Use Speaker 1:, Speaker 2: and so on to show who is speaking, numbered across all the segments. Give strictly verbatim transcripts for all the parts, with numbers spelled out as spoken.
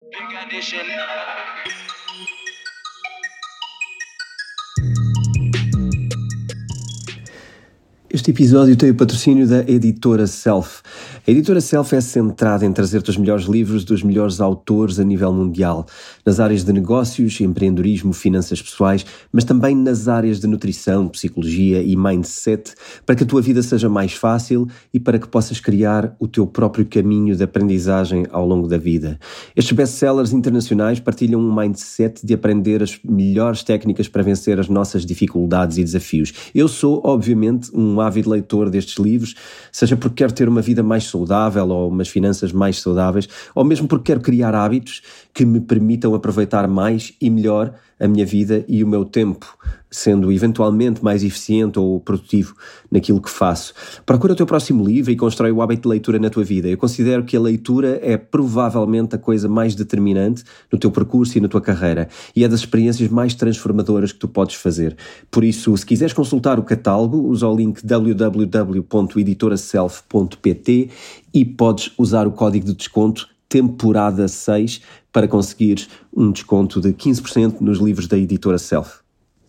Speaker 1: Big addition.
Speaker 2: Este episódio tem o patrocínio da Editora Self. A Editora Self é centrada em trazer-te os melhores livros dos melhores autores a nível mundial, nas áreas de negócios, empreendedorismo, finanças pessoais, mas também nas áreas de nutrição, psicologia e mindset, para que a tua vida seja mais fácil e para que possas criar o teu próprio caminho de aprendizagem ao longo da vida. Estes best-sellers internacionais partilham um mindset de aprender as melhores técnicas para vencer as nossas dificuldades e desafios. Eu sou, obviamente, um ávido leitor destes livros, seja porque quero ter uma vida mais saudável ou umas finanças mais saudáveis, ou mesmo porque quero criar hábitos que me permitam aproveitar mais e melhor a minha vida e o meu tempo, sendo eventualmente mais eficiente ou produtivo naquilo que faço. Procura o teu próximo livro e constrói o hábito de leitura na tua vida. Eu considero que a leitura é provavelmente a coisa mais determinante no teu percurso e na tua carreira, e é das experiências mais transformadoras que tu podes fazer. Por isso, se quiseres consultar o catálogo, usa o link w w w ponto editora self ponto p t e podes usar o código de desconto temporada seis para conseguires um desconto de quinze por cento nos livros da Editora Self.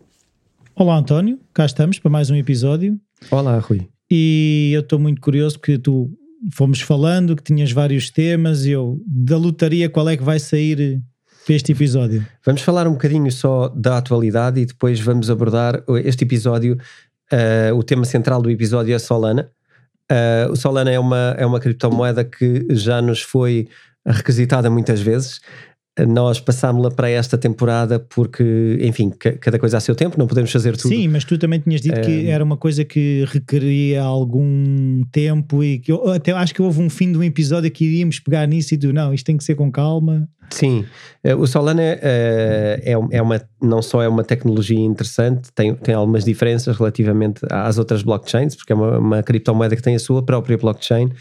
Speaker 3: Olá António, cá estamos para mais um episódio.
Speaker 2: Olá Rui.
Speaker 3: E eu estou muito curioso porque tu fomos falando que tinhas vários temas e eu, da lotaria, qual é que vai sair para este episódio?
Speaker 4: Vamos falar um bocadinho só da atualidade e depois vamos abordar este episódio, uh, o tema central do episódio é Solana. Uh, o Solana é uma, é uma criptomoeda que já nos foi requisitada muitas vezes. Nós passámos-la para esta temporada porque, enfim, cada coisa a seu tempo, não podemos fazer tudo.
Speaker 3: Sim, mas tu também tinhas dito um... que era uma coisa que requeria algum tempo e que eu, até acho que houve um fim de um episódio que iríamos pegar nisso e tu, não, isto tem que ser com calma.
Speaker 4: Sim, o Solana é, é uma, não só é uma tecnologia interessante, tem, tem algumas diferenças relativamente às outras blockchains, porque é uma, uma criptomoeda que tem a sua própria blockchain.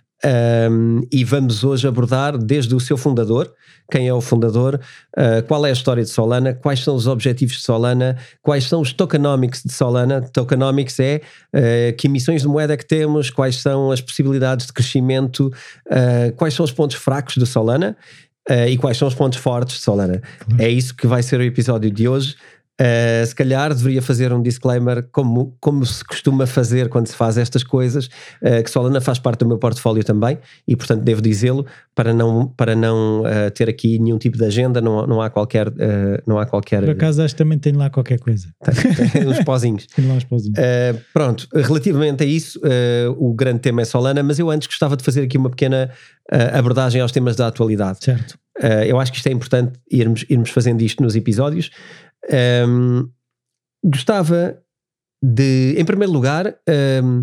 Speaker 4: Um, e vamos hoje abordar desde o seu fundador, quem é o fundador, uh, qual é a história de Solana, quais são os objetivos de Solana, quais são os tokenomics de Solana. Tokenomics é uh, que emissões de moeda que temos, quais são as possibilidades de crescimento, uh, quais são os pontos fracos do Solana uh, e quais são os pontos fortes de Solana. É isso que vai ser o episódio de hoje. Uh, se calhar deveria fazer um disclaimer como, como se costuma fazer quando se faz estas coisas, uh, que Solana faz parte do meu portfólio também e portanto devo dizê-lo para não, para não uh, ter aqui nenhum tipo de agenda, não, não há qualquer uh, não há qualquer...
Speaker 3: Por acaso acho que também tenho lá qualquer coisa.
Speaker 4: Tem, tem uns pozinhos.
Speaker 3: Tem lá uns pozinhos.
Speaker 4: Uh, pronto, relativamente a isso, uh, o grande tema é Solana, mas eu antes gostava de fazer aqui uma pequena uh, abordagem aos temas da atualidade.
Speaker 3: Certo.
Speaker 4: Uh, eu acho que isto é importante irmos, irmos fazendo isto nos episódios. Um, gostava de, em primeiro lugar, um,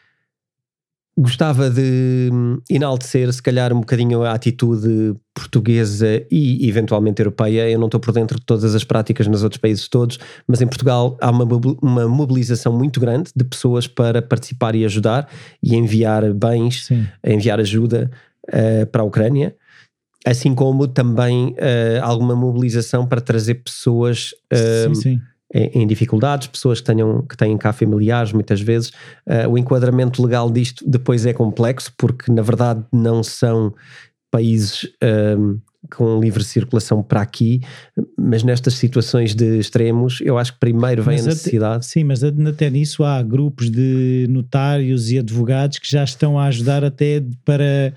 Speaker 4: gostava de enaltecer se calhar um bocadinho a atitude portuguesa e eventualmente europeia. Eu não estou por dentro de todas as práticas nos outros países todos, mas em Portugal há uma, uma mobilização muito grande de pessoas para participar e ajudar e enviar bens, Sim. enviar ajuda uh, para a Ucrânia. Assim como também uh, alguma mobilização para trazer pessoas uh,
Speaker 3: sim, sim.
Speaker 4: Em, em dificuldades, pessoas que, tenham, que têm cá familiares muitas vezes. Uh, o enquadramento legal disto depois é complexo, porque na verdade não são países uh, com livre circulação para aqui, mas nestas situações de extremos eu acho que primeiro vem mas a necessidade.
Speaker 3: Até, sim, mas até nisso há grupos de notários e advogados que já estão a ajudar até para...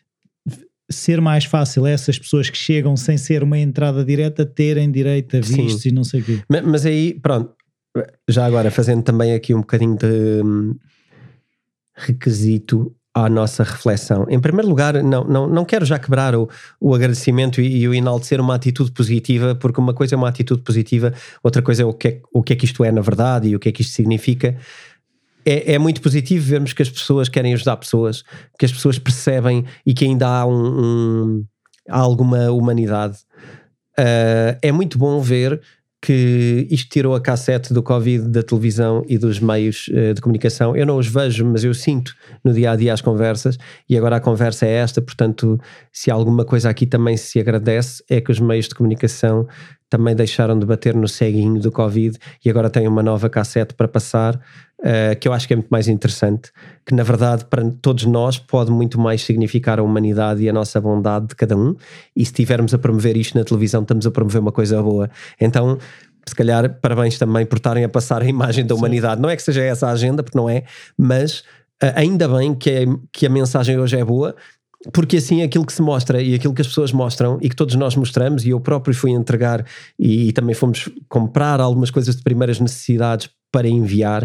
Speaker 3: ser mais fácil essas pessoas que chegam sem ser uma entrada direta terem direito a vistos Sim. e não sei o quê.
Speaker 4: Mas, mas aí, pronto, já agora fazendo também aqui um bocadinho de hum, requisito à nossa reflexão. Em primeiro lugar, não, não, não quero já quebrar o, o agradecimento e, e o enaltecer uma atitude positiva, porque uma coisa é uma atitude positiva, outra coisa é o que é, o que é que isto é na verdade e o que é que isto significa. É, é muito positivo vermos que as pessoas querem ajudar pessoas, que as pessoas percebem e que ainda há, um, um, há alguma humanidade. Uh, é muito bom ver que isto tirou a cassete do Covid da televisão e dos meios uh, de comunicação. Eu não os vejo, mas eu sinto no dia a dia as conversas e agora a conversa é esta, portanto, se alguma coisa aqui também se agradece é que os meios de comunicação também deixaram de bater no ceguinho do Covid e agora têm uma nova cassete para passar uh, que eu acho que é muito mais interessante, que na verdade para todos nós pode muito mais significar a humanidade e a nossa bondade de cada um, e se estivermos a promover isto na televisão estamos a promover uma coisa boa. Então se calhar parabéns também por estarem a passar a imagem da humanidade. Sim. Não é que seja essa a agenda, porque não é, mas uh, ainda bem que, é, que a mensagem hoje é boa, porque assim aquilo que se mostra e aquilo que as pessoas mostram e que todos nós mostramos, e eu próprio fui entregar e, e também fomos comprar algumas coisas de primeiras necessidades para enviar,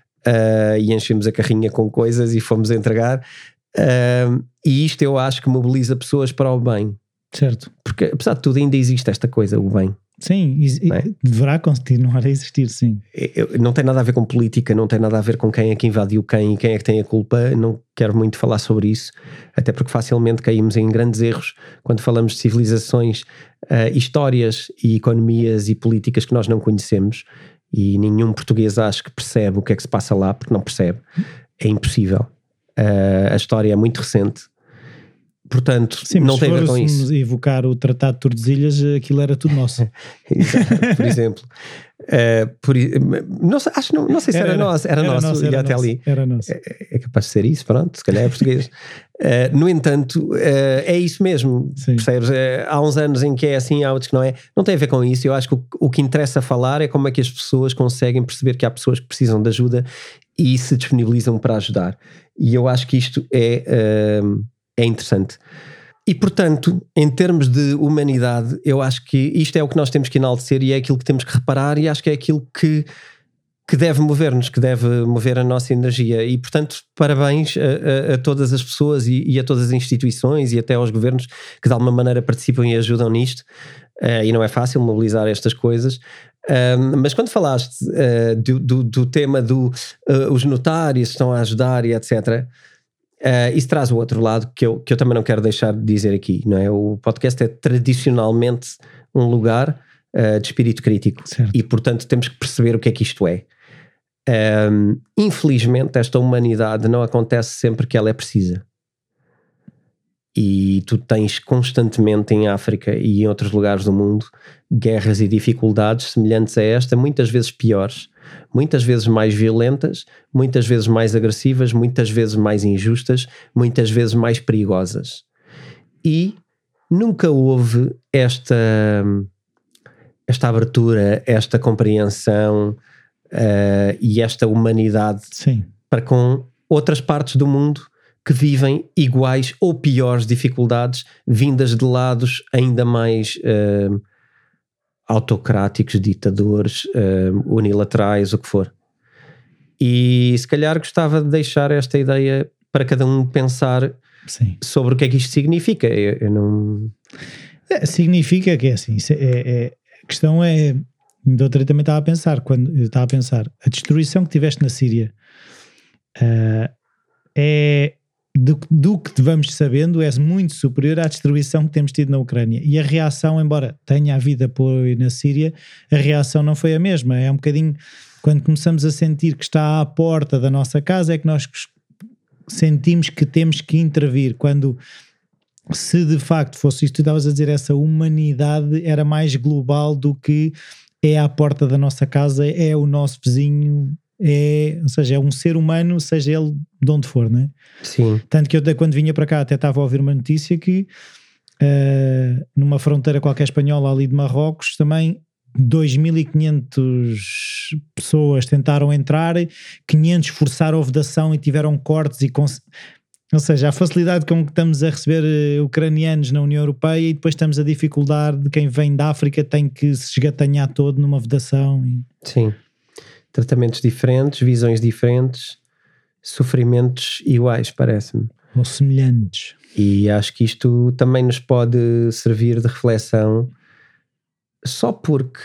Speaker 4: uh, e enchemos a carrinha com coisas e fomos entregar, uh, e isto eu acho que mobiliza pessoas para o bem.
Speaker 3: Certo.
Speaker 4: Porque apesar de tudo ainda existe esta coisa, o bem.
Speaker 3: Sim, e, é? Deverá continuar a existir, sim.
Speaker 4: Não tem nada a ver com política, não tem nada a ver com quem é que invadiu quem e quem é que tem a culpa. Não quero muito falar sobre isso, até porque facilmente caímos em grandes erros quando falamos de civilizações, uh, histórias e economias e políticas que nós não conhecemos, e nenhum português acho que percebe o que é que se passa lá, porque não percebe. É impossível. Uh, a história é muito recente. Portanto,
Speaker 3: sim,
Speaker 4: não tem a ver com isso.
Speaker 3: Se evocar o Tratado de Tordesilhas, aquilo era tudo nosso.
Speaker 4: Exato, por exemplo. Uh, por, não, sei, acho, não, não sei se era, era nosso, era, era nosso, nosso era até nosso, ali.
Speaker 3: Era nosso.
Speaker 4: É, é capaz de ser isso, pronto, se calhar é português. uh, no entanto, uh, é isso mesmo, sim. Percebes? Uh, há uns anos em que é assim, há outros que não é. Não tem a ver com isso. Eu acho que o, o que interessa falar é como é que as pessoas conseguem perceber que há pessoas que precisam de ajuda e se disponibilizam para ajudar. E eu acho que isto é... Uh, é interessante. E portanto, em termos de humanidade, eu acho que isto é o que nós temos que enaltecer e é aquilo que temos que reparar, e acho que é aquilo que, que deve mover-nos, que deve mover a nossa energia. E portanto, parabéns a, a, a todas as pessoas e, e a todas as instituições e até aos governos que de alguma maneira participam e ajudam nisto. Uh, e não é fácil mobilizar estas coisas. Uh, mas quando falaste uh, do, do, do tema do uh, os notários estão a ajudar e etcétera, Uh, isso traz o outro lado que eu, que eu também não quero deixar de dizer aqui, não é? O podcast é tradicionalmente um lugar uh, de espírito crítico, certo. E portanto temos que perceber o que é que isto é. Um, infelizmente esta humanidade não acontece sempre que ela é precisa, e tu tens constantemente em África e em outros lugares do mundo guerras e dificuldades semelhantes a esta, muitas vezes piores, muitas vezes mais violentas, muitas vezes mais agressivas, muitas vezes mais injustas, muitas vezes mais perigosas. E nunca houve esta, esta abertura, esta compreensão uh, e esta humanidade, sim, para com outras partes do mundo que vivem iguais ou piores dificuldades, vindas de lados ainda mais uh, autocráticos, ditadores, uh, unilaterais, o que for. E se calhar gostava de deixar esta ideia para cada um pensar, sim, sobre o que é que isto significa. Eu, eu não...
Speaker 3: É, significa que é assim, é, é, a questão é, o doutor também estava a pensar, quando eu estava a pensar, a destruição que tiveste na Síria uh, é... Do, do que vamos sabendo, é muito superior à destruição que temos tido na Ucrânia. E a reação, embora tenha havido apoio na Síria, a reação não foi a mesma. É um bocadinho, quando começamos a sentir que está à porta da nossa casa, é que nós sentimos que temos que intervir. Quando, se de facto fosse isto, tu estavas a dizer, essa humanidade era mais global do que é à porta da nossa casa, é o nosso vizinho, é, ou seja, é um ser humano, seja ele de onde for, não é?
Speaker 4: Sim.
Speaker 3: Tanto que eu quando vinha para cá até estava a ouvir uma notícia que uh, numa fronteira qualquer espanhola ali de Marrocos também dois mil e quinhentas pessoas tentaram entrar, quinhentos forçaram a vedação e tiveram cortes e cons... ou seja, a facilidade com que estamos a receber ucranianos na União Europeia, e depois estamos a dificuldade de quem vem da África tem que se esgatanhar todo numa vedação. E...
Speaker 4: Sim. Tratamentos diferentes, visões diferentes, sofrimentos iguais, parece-me.
Speaker 3: Ou semelhantes.
Speaker 4: E acho que isto também nos pode servir de reflexão, só porque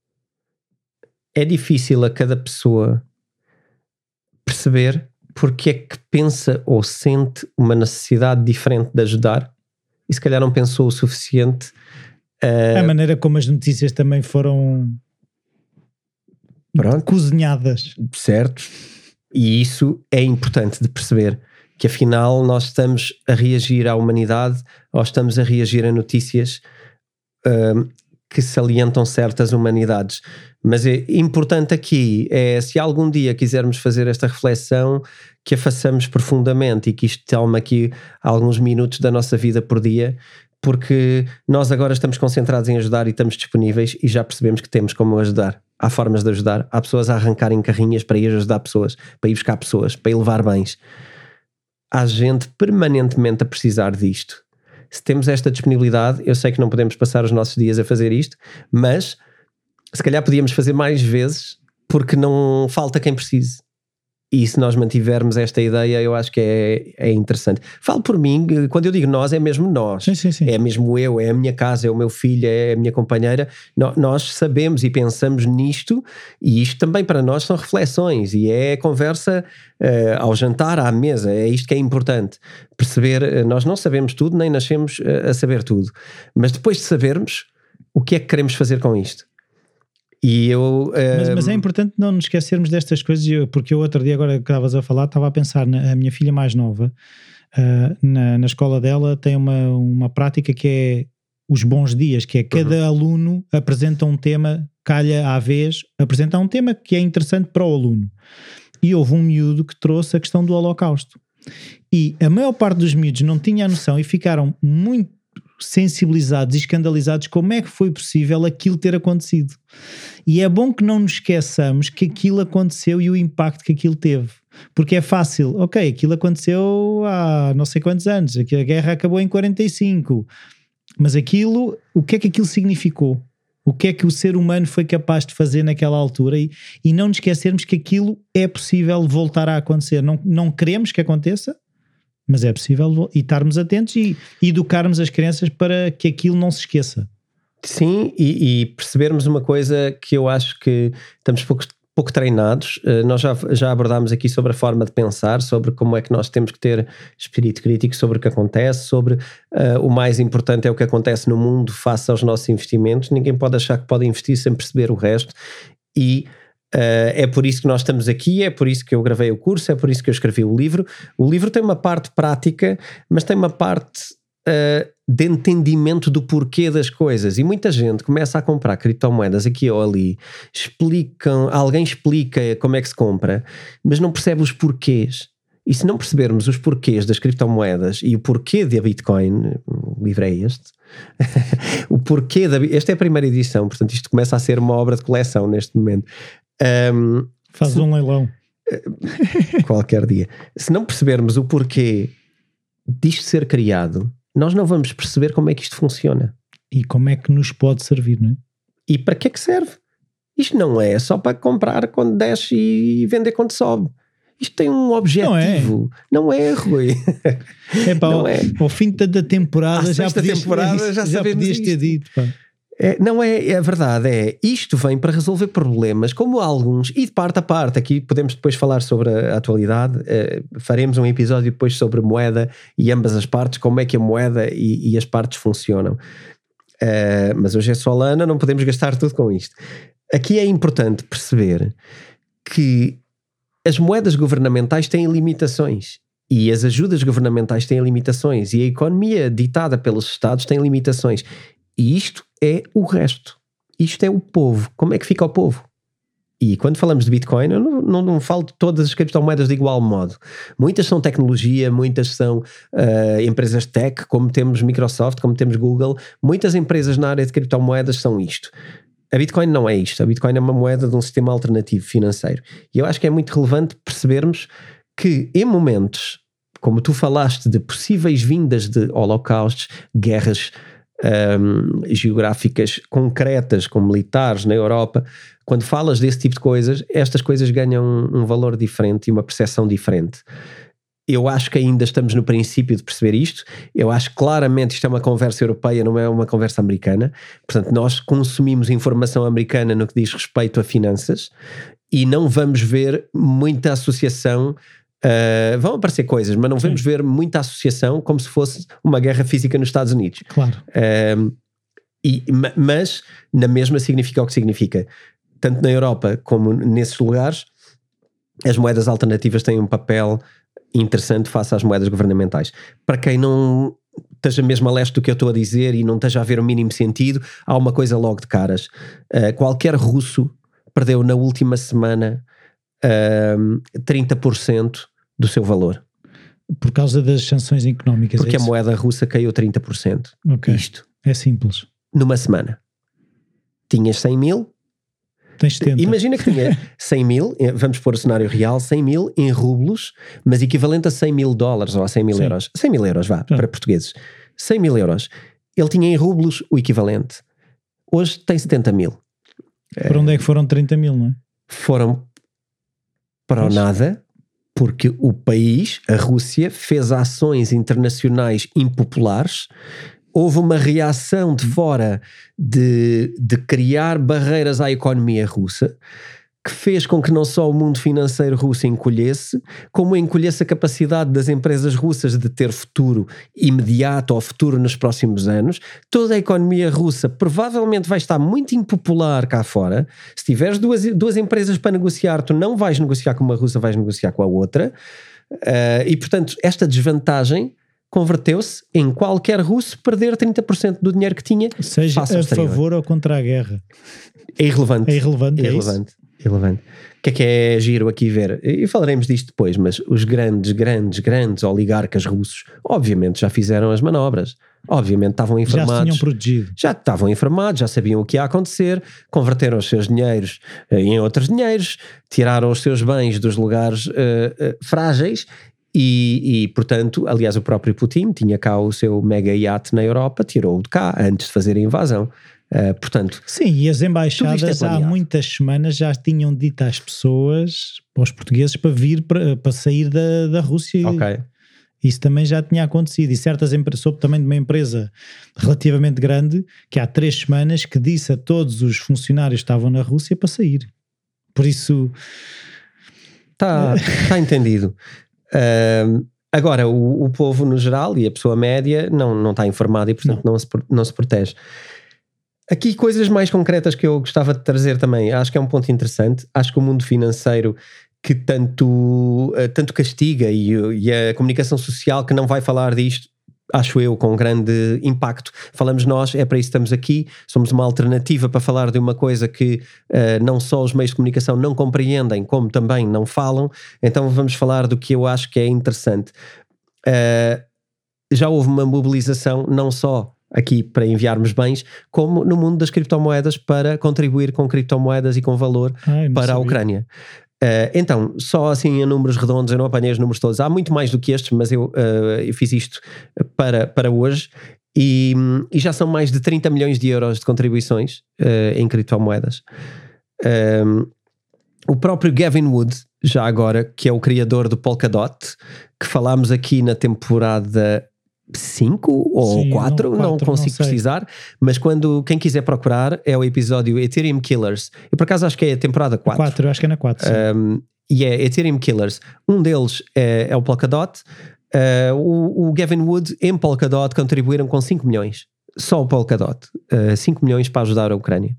Speaker 4: é difícil a cada pessoa perceber porque é que pensa ou sente uma necessidade diferente de ajudar, e se calhar não pensou o suficiente. Uh...
Speaker 3: A maneira como as notícias também foram... Pronto. Cozinhadas.
Speaker 4: Certo. E isso é importante de perceber, que afinal nós estamos a reagir à humanidade ou estamos a reagir a notícias um, que salientam certas humanidades. Mas é importante aqui, é, se algum dia quisermos fazer esta reflexão, que a façamos profundamente e que isto tome aqui alguns minutos da nossa vida por dia, porque nós agora estamos concentrados em ajudar e estamos disponíveis e já percebemos que temos como ajudar. Há formas de ajudar, há pessoas a arrancarem carrinhas para ir ajudar pessoas, para ir buscar pessoas, para ir levar bens. Há gente permanentemente a precisar disto. Se temos esta disponibilidade, eu sei que não podemos passar os nossos dias a fazer isto, mas se calhar podíamos fazer mais vezes, porque não falta quem precise. E se nós mantivermos esta ideia, eu acho que é, é interessante. Falo por mim, quando eu digo nós, é mesmo nós.
Speaker 3: Sim, sim, sim.
Speaker 4: É mesmo eu, é a minha casa, é o meu filho, é a minha companheira. No, nós sabemos e pensamos nisto, e isto também para nós são reflexões, e é conversa uh, ao jantar, à mesa, é isto que é importante. Perceber, uh, nós não sabemos tudo, nem nascemos uh, a saber tudo. Mas depois de sabermos, o que é que queremos fazer com isto? E eu, uh...
Speaker 3: mas, mas é importante não nos esquecermos destas coisas, porque eu outro dia, agora que estavas a falar, estava a pensar na a minha filha mais nova, uh, na, na escola dela tem uma, uma prática que é os bons dias, que é cada uhum. aluno apresenta um tema, calha à vez, apresenta um tema que é interessante para o aluno. E houve um miúdo que trouxe a questão do Holocausto. E a maior parte dos miúdos não tinha a noção e ficaram muito sensibilizados e escandalizados como é que foi possível aquilo ter acontecido. E é bom que não nos esqueçamos que aquilo aconteceu e o impacto que aquilo teve. Porque é fácil, ok, aquilo aconteceu há não sei quantos anos, a guerra acabou em quarenta e cinco, mas aquilo, o que é que aquilo significou? O que é que o ser humano foi capaz de fazer naquela altura? E, e não nos esquecermos que aquilo é possível voltar a acontecer. Não, não queremos que aconteça, mas é possível, e estarmos atentos e educarmos as crianças para que aquilo não se esqueça.
Speaker 4: Sim, e, e percebermos uma coisa que eu acho que estamos pouco, pouco treinados. Uh, nós já, já abordámos aqui sobre a forma de pensar, sobre como é que nós temos que ter espírito crítico sobre o que acontece, sobre uh, o mais importante é o que acontece no mundo face aos nossos investimentos. Ninguém pode achar que pode investir sem perceber o resto, e Uh, é por isso que nós estamos aqui, é por isso que eu gravei o curso, é por isso que eu escrevi o livro. O livro tem uma parte prática, mas tem uma parte uh, de entendimento do porquê das coisas, e muita gente começa a comprar criptomoedas aqui ou ali, explicam, alguém explica como é que se compra, mas não percebe os porquês. E se não percebermos os porquês das criptomoedas e o porquê da Bitcoin, o livro é este, o porquê da, esta é a primeira edição, portanto isto começa a ser uma obra de coleção neste momento. Um,
Speaker 3: Faz
Speaker 4: se,
Speaker 3: um leilão
Speaker 4: qualquer dia. Se não percebermos o porquê disto ser criado, nós não vamos perceber como é que isto funciona
Speaker 3: e como é que nos pode servir, não é?
Speaker 4: E para que é que serve? Isto não é só para comprar quando desce e vender quando sobe. Isto tem um objetivo. Não é, não é Rui.
Speaker 3: É pá, ao,
Speaker 4: é.
Speaker 3: ao fim de tanta temporada já podias,
Speaker 4: temporada, já
Speaker 3: já podias ter dito, pá.
Speaker 4: É, não é, é a verdade, é isto vem para resolver problemas como alguns, e de parte a parte. Aqui podemos depois falar sobre a atualidade, uh, faremos um episódio depois sobre moeda e ambas as partes, como é que a moeda e, e as partes funcionam, uh, mas hoje é Solana, não podemos gastar tudo com isto. Aqui é importante perceber que as moedas governamentais têm limitações e as ajudas governamentais têm limitações e a economia ditada pelos Estados tem limitações. E isto é o resto. Isto é o povo. Como é que fica o povo? E quando falamos de Bitcoin, eu não, não, não falo de todas as criptomoedas de igual modo. Muitas são tecnologia, muitas são uh, empresas tech, como temos Microsoft, como temos Google. Muitas empresas na área de criptomoedas são isto. A Bitcoin não é isto. A Bitcoin é uma moeda de um sistema alternativo financeiro. E eu acho que é muito relevante percebermos que em momentos, como tu falaste, de possíveis vindas de holocaustos, guerras Um, geográficas concretas com militares na Europa, quando falas desse tipo de coisas, estas coisas ganham um, um valor diferente e uma percepção diferente. Eu acho que ainda estamos no princípio de perceber isto. Eu acho que claramente isto é uma conversa europeia, não é uma conversa americana. Portanto, nós consumimos informação americana no que diz respeito a finanças e não vamos ver muita associação. Uh, vão aparecer coisas, mas não vamos Sim. ver muita associação como se fosse uma guerra física nos Estados Unidos.
Speaker 3: Claro.
Speaker 4: Uh, e, mas na mesma significa o que significa. Tanto na Europa como nesses lugares, as moedas alternativas têm um papel interessante face às moedas governamentais. Para quem não, esteja mesmo a leste do que eu estou a dizer e não esteja a ver o mínimo sentido, há uma coisa logo de caras. Uh, qualquer russo perdeu na última semana uh, trinta por cento do seu valor.
Speaker 3: Por causa das sanções económicas.
Speaker 4: Porque
Speaker 3: é
Speaker 4: a moeda russa caiu trinta por cento.
Speaker 3: Okay.
Speaker 4: Isto.
Speaker 3: É simples.
Speaker 4: Numa semana. Tinhas cem mil.
Speaker 3: Tens setenta.
Speaker 4: Imagina que tinha cem mil, vamos pôr o cenário real, cem mil em rublos, mas equivalente a cem mil dólares ou a cem mil
Speaker 3: Sim.
Speaker 4: euros. cem mil euros, vá,
Speaker 3: Sim.
Speaker 4: para portugueses. cem mil euros. Ele tinha em rublos o equivalente. Hoje tem setenta mil.
Speaker 3: Para onde é que foram trinta mil, não é?
Speaker 4: Foram para o nada, porque o país, a Rússia, fez ações internacionais impopulares. Houve uma reação de fora de, de criar barreiras à economia russa, que fez com que não só o mundo financeiro russo encolhesse, como encolhesse a capacidade das empresas russas de ter futuro imediato ou futuro nos próximos anos. Toda a economia russa provavelmente vai estar muito impopular cá fora. Se tiveres duas, duas empresas para negociar, tu não vais negociar com uma russa, vais negociar com a outra. Uh, e, portanto, esta desvantagem converteu-se em qualquer russo perder trinta por cento do dinheiro que tinha.
Speaker 3: Seja a favor ou contra a guerra.
Speaker 4: É irrelevante.
Speaker 3: É irrelevante,
Speaker 4: é
Speaker 3: é
Speaker 4: irrelevante. Isso? Irrelevante. O que é que é giro aqui ver? E falaremos disto depois, mas os grandes, grandes, grandes oligarcas russos, obviamente já fizeram as manobras. Obviamente estavam informados.
Speaker 3: Já se tinham protegido.
Speaker 4: Já estavam informados, já sabiam o que ia acontecer, converteram os seus dinheiros em outros dinheiros, tiraram os seus bens dos lugares uh, uh, frágeis. E, e, portanto, aliás, o próprio Putin tinha cá o seu mega iate na Europa, tirou-o de cá antes de fazer a invasão. Uh, portanto,
Speaker 3: sim, e as embaixadas
Speaker 4: é
Speaker 3: há muitas semanas já tinham dito às pessoas, aos portugueses, para vir, para, para sair da, da Rússia.
Speaker 4: Ok.
Speaker 3: Isso também já tinha acontecido. E certas empresas, soube também de uma empresa relativamente grande, que há três semanas que disse a todos os funcionários que estavam na Rússia para sair. Por isso...
Speaker 4: Está tá entendido. Uh, agora, o, o povo no geral e a pessoa média não, não está informada e, portanto, não. Não, se, não se protege. Aqui coisas mais concretas que eu gostava de trazer também. Acho que é um ponto interessante. Acho que o mundo financeiro que tanto, uh, tanto castiga e, e a comunicação social que não vai falar disto, acho eu, com grande impacto. Falamos nós, é para isso que estamos aqui, somos uma alternativa para falar de uma coisa que uh, não só os meios de comunicação não compreendem, como também não falam. Então vamos falar do que eu acho que é interessante. Uh, já houve uma mobilização, não só aqui para enviarmos bens, como no mundo das criptomoedas para contribuir com criptomoedas e com valor Ai, para sabia. a Ucrânia. Uh, então, só assim em números redondos, eu não apanhei os números todos, há muito mais do que estes, mas eu, uh, eu fiz isto para, para hoje e, e já são mais de trinta milhões de euros de contribuições uh, em criptomoedas. Um, o próprio Gavin Wood, já agora, que é o criador do Polkadot, que falámos aqui na temporada cinco ou quatro, não, não consigo não precisar, mas quando quem quiser procurar é o episódio Ethereum Killers. Eu por acaso acho que é a temporada quatro.
Speaker 3: quatro, eu acho que é na quatro.
Speaker 4: Um, e é Ethereum Killers. Um deles é, é o Polkadot. Uh, o, o Gavin Wood em Polkadot contribuíram com cinco milhões. Só o Polkadot. Uh, cinco milhões para ajudar a Ucrânia.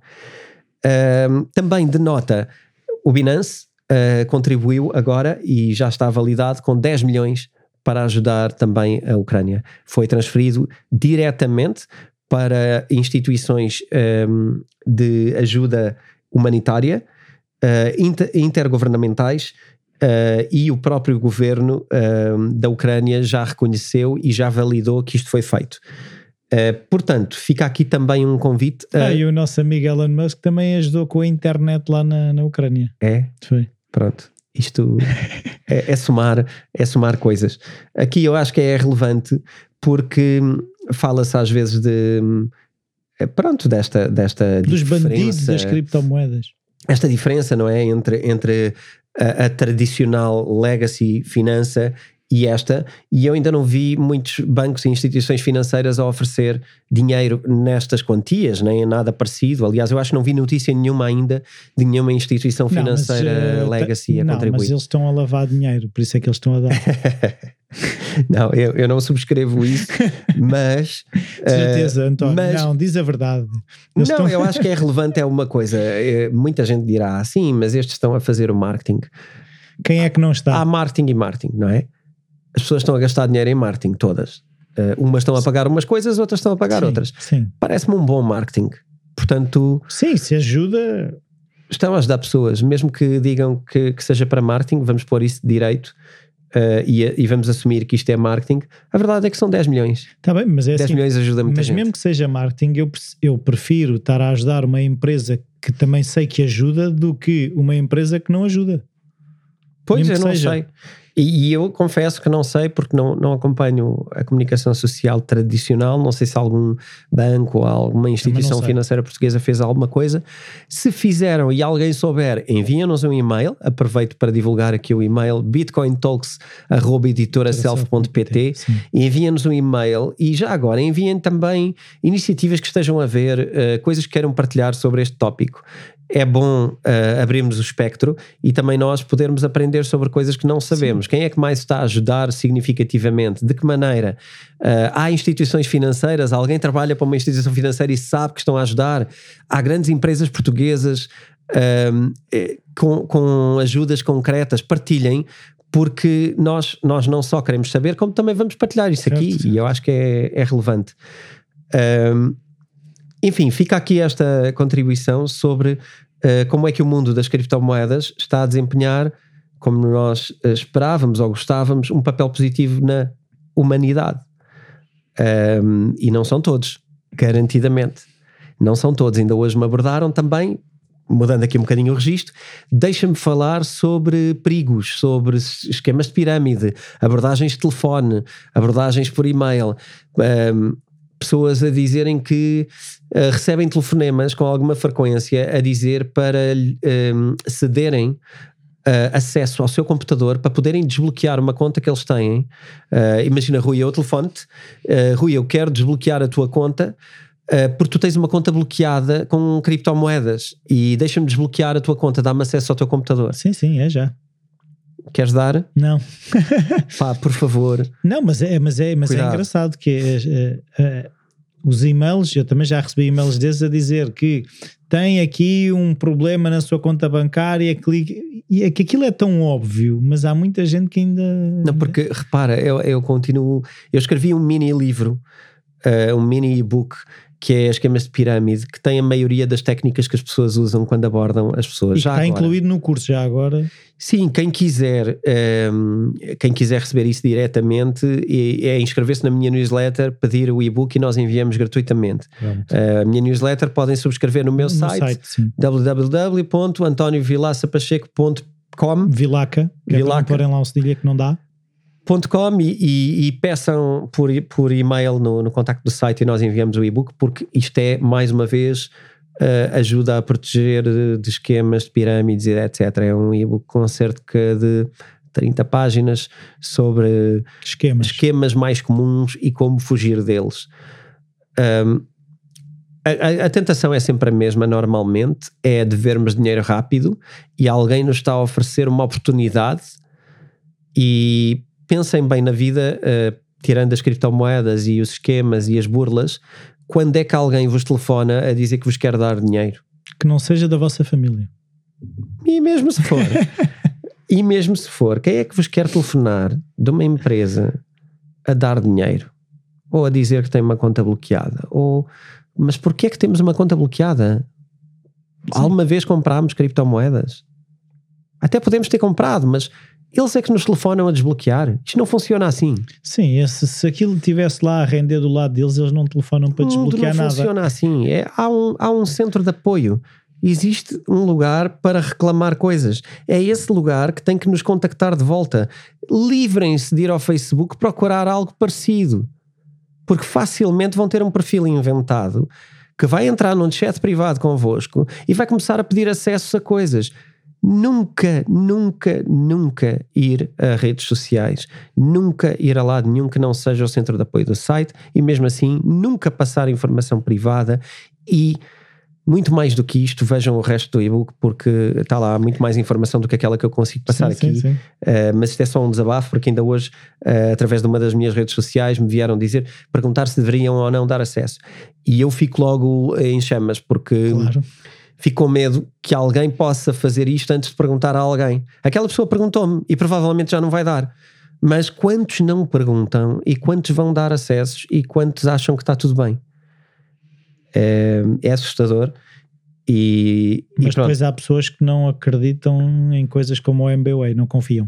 Speaker 4: Uh, também de nota, o Binance uh, contribuiu agora e já está validado com dez milhões para ajudar também a Ucrânia. Foi transferido diretamente para instituições um, de ajuda humanitária, uh, inter, intergovernamentais, uh, e o próprio governo uh, da Ucrânia já reconheceu e já validou que isto foi feito. Uh, portanto, fica aqui também um convite.
Speaker 3: A... Ah, e o nosso amigo Elon Musk também ajudou com a internet lá na, na Ucrânia.
Speaker 4: É? Foi. Pronto. Isto é, é, somar, é somar coisas. Aqui eu acho que é relevante porque fala-se às vezes de, pronto, desta, desta
Speaker 3: dos
Speaker 4: diferença.
Speaker 3: Dos bandidos das criptomoedas.
Speaker 4: Esta diferença, não é? Entre, entre a, a tradicional legacy finança e esta, e eu ainda não vi muitos bancos e instituições financeiras a oferecer dinheiro nestas quantias, nem nada parecido. Aliás, eu acho que não vi notícia nenhuma ainda de nenhuma instituição financeira não, mas, uh, legacy a
Speaker 3: não,
Speaker 4: contribuir.
Speaker 3: Mas eles estão a lavar dinheiro, por isso é que eles estão a dar.
Speaker 4: Não, eu, eu não subscrevo isso, mas...
Speaker 3: De certeza, uh, António, mas, não, diz a verdade.
Speaker 4: Eles não, estão... eu acho que é relevante, é uma coisa, é, muita gente dirá, ah, sim, mas estes estão a fazer o marketing.
Speaker 3: Quem é que não está?
Speaker 4: Há marketing e marketing, não é? As pessoas estão a gastar dinheiro em marketing, todas. Uh, umas estão a pagar umas coisas, outras estão a pagar
Speaker 3: sim,
Speaker 4: outras.
Speaker 3: Sim.
Speaker 4: Parece-me um bom marketing. Portanto...
Speaker 3: Sim, se ajuda...
Speaker 4: Estão a ajudar pessoas, mesmo que digam que, que seja para marketing, vamos pôr isso de direito uh, e, e vamos assumir que isto é marketing. A verdade é que são dez milhões.
Speaker 3: Está bem, mas é
Speaker 4: dez
Speaker 3: assim,
Speaker 4: milhões ajuda muita
Speaker 3: mas
Speaker 4: gente.
Speaker 3: Mesmo que seja marketing, eu, eu prefiro estar a ajudar uma empresa que também sei que ajuda do que uma empresa que não ajuda.
Speaker 4: Pois, eu não
Speaker 3: seja.
Speaker 4: sei. E, e eu confesso que não sei, porque não, não acompanho a comunicação social tradicional. Não sei se algum banco ou alguma instituição financeira portuguesa fez alguma coisa. Se fizeram e alguém souber, enviem-nos um e-mail. Aproveito para divulgar aqui o e-mail bitcointalks arroba editora self ponto pt. Enviem-nos um e-mail e já agora enviem também iniciativas que estejam a ver, uh, coisas que queiram partilhar sobre este tópico. É bom uh, abrirmos o espectro e também nós podermos aprender sobre coisas que não sabemos. Sim. Quem é que mais está a ajudar significativamente? De que maneira? Uh, há instituições financeiras, alguém trabalha para uma instituição financeira e sabe que estão a ajudar. Há grandes empresas portuguesas um, com, com ajudas concretas. Partilhem, porque nós, nós não só queremos saber, como também vamos partilhar isso certo. Aqui, e eu acho que é, é relevante. Um, Enfim, fica aqui esta contribuição sobre uh, como é que o mundo das criptomoedas está a desempenhar, como nós uh, esperávamos ou gostávamos, um papel positivo na humanidade. Um, e não são todos, garantidamente. Não são todos. Ainda hoje me abordaram também, mudando aqui um bocadinho o registro, deixa-me falar sobre perigos, sobre esquemas de pirâmide, abordagens de telefone, abordagens por e-mail, um, pessoas a dizerem que uh, recebem telefonemas com alguma frequência a dizer para um, cederem uh, acesso ao seu computador para poderem desbloquear uma conta que eles têm. Uh, imagina, Rui, eu telefone-te, uh, Rui, eu quero desbloquear a tua conta uh, porque tu tens uma conta bloqueada com criptomoedas e deixa-me desbloquear a tua conta, dá-me acesso ao teu computador.
Speaker 3: Sim, sim, é já.
Speaker 4: Queres dar?
Speaker 3: Não.
Speaker 4: Pá, por favor.
Speaker 3: Não, mas é, mas é, mas é engraçado que é, é, é, os e-mails, eu também já recebi e-mails desses a dizer que tem aqui um problema na sua conta bancária, clique, e é que aquilo é tão óbvio, mas há muita gente que ainda...
Speaker 4: Não, porque repara, eu, eu continuo, eu escrevi um mini livro, uh, um mini e-book, que é esquemas de pirâmide, que tem a maioria das técnicas que as pessoas usam quando abordam as pessoas.
Speaker 3: E
Speaker 4: já
Speaker 3: está
Speaker 4: agora.
Speaker 3: Incluído no curso já agora?
Speaker 4: Sim, quem quiser, um, quem quiser receber isso diretamente é, é inscrever-se na minha newsletter, pedir o e-book e nós enviamos gratuitamente. Uh, a minha newsletter podem subscrever no meu no site, site w w w ponto antonio vilaça pacheco ponto com
Speaker 3: Vilaca, que Vilaca. É para não porem lá o cedilha que não dá.
Speaker 4: .com e, e, e peçam por, por e-mail no, no contacto do site e nós enviamos o e-book, porque isto é, mais uma vez, uh, ajuda a proteger de, de esquemas de pirâmides e etcétera. É um e-book com cerca de trinta páginas sobre
Speaker 3: esquemas,
Speaker 4: esquemas mais comuns e como fugir deles. Um, a, a tentação é sempre a mesma, normalmente, é de vermos dinheiro rápido e alguém nos está a oferecer uma oportunidade. E pensem bem na vida, uh, tirando as criptomoedas e os esquemas e as burlas, quando é que alguém vos telefona a dizer que vos quer dar dinheiro?
Speaker 3: Que não seja da vossa família.
Speaker 4: E mesmo se for, e mesmo se for, quem é que vos quer telefonar de uma empresa a dar dinheiro? Ou a dizer que tem uma conta bloqueada? Ou, mas porquê é que temos uma conta bloqueada? Sim. Alguma vez comprámos criptomoedas? Até podemos ter comprado, mas... eles é que nos telefonam a desbloquear. Isto não funciona assim.
Speaker 3: Sim, esse, se aquilo estivesse lá a render do lado deles, eles não telefonam para desbloquear nada.
Speaker 4: Não funciona assim. É, há, um, há um centro de apoio. Existe um lugar para reclamar coisas. É esse lugar que tem que nos contactar de volta. Livrem-se de ir ao Facebook procurar algo parecido. Porque facilmente vão ter um perfil inventado que vai entrar num chat privado convosco e vai começar a pedir acesso a coisas. Nunca, nunca, nunca ir a redes sociais, nunca ir a lado nenhum que não seja o centro de apoio do site e mesmo assim nunca passar informação privada e muito mais do que isto, vejam o resto do e-book porque está lá muito mais informação do que aquela que eu consigo passar sim, aqui, sim, sim. Uh, mas isto é só um desabafo porque ainda hoje, uh, através de uma das minhas redes sociais me vieram dizer, perguntar se deveriam ou não dar acesso e eu fico logo em chamas porque...
Speaker 3: Claro.
Speaker 4: Fico com medo que alguém possa fazer isto antes de perguntar a alguém. Aquela pessoa perguntou-me e provavelmente já não vai dar. Mas quantos não perguntam e quantos vão dar acessos e quantos acham que está tudo bem? É, é assustador. E,
Speaker 3: Mas
Speaker 4: e
Speaker 3: depois há pessoas que não acreditam em coisas como o M B W A, não confiam.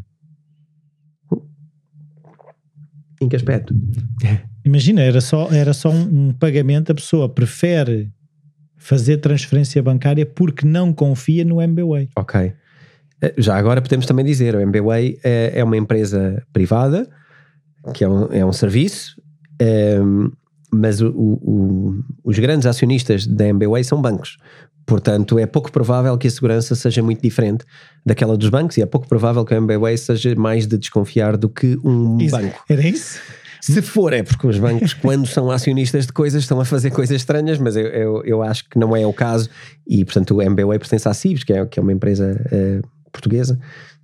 Speaker 4: Em que aspecto?
Speaker 3: Imagina, era só, era só um, um pagamento, a pessoa prefere fazer transferência bancária porque não confia no M B W A.
Speaker 4: Ok. Já agora podemos também dizer, o M B W A é, é uma empresa privada, que é um, é um serviço, é, mas o, o, os grandes acionistas da M B W A são bancos. Portanto, é pouco provável que a segurança seja muito diferente daquela dos bancos, e é pouco provável que a M B W A seja mais de desconfiar do que um
Speaker 3: Isso,
Speaker 4: banco.
Speaker 3: era isso?
Speaker 4: Se for, é porque os bancos, quando são acionistas de coisas, estão a fazer coisas estranhas, mas eu, eu, eu acho que não é o caso, e portanto o M B W A pertence à Cibes, que é, que é uma empresa uh, portuguesa,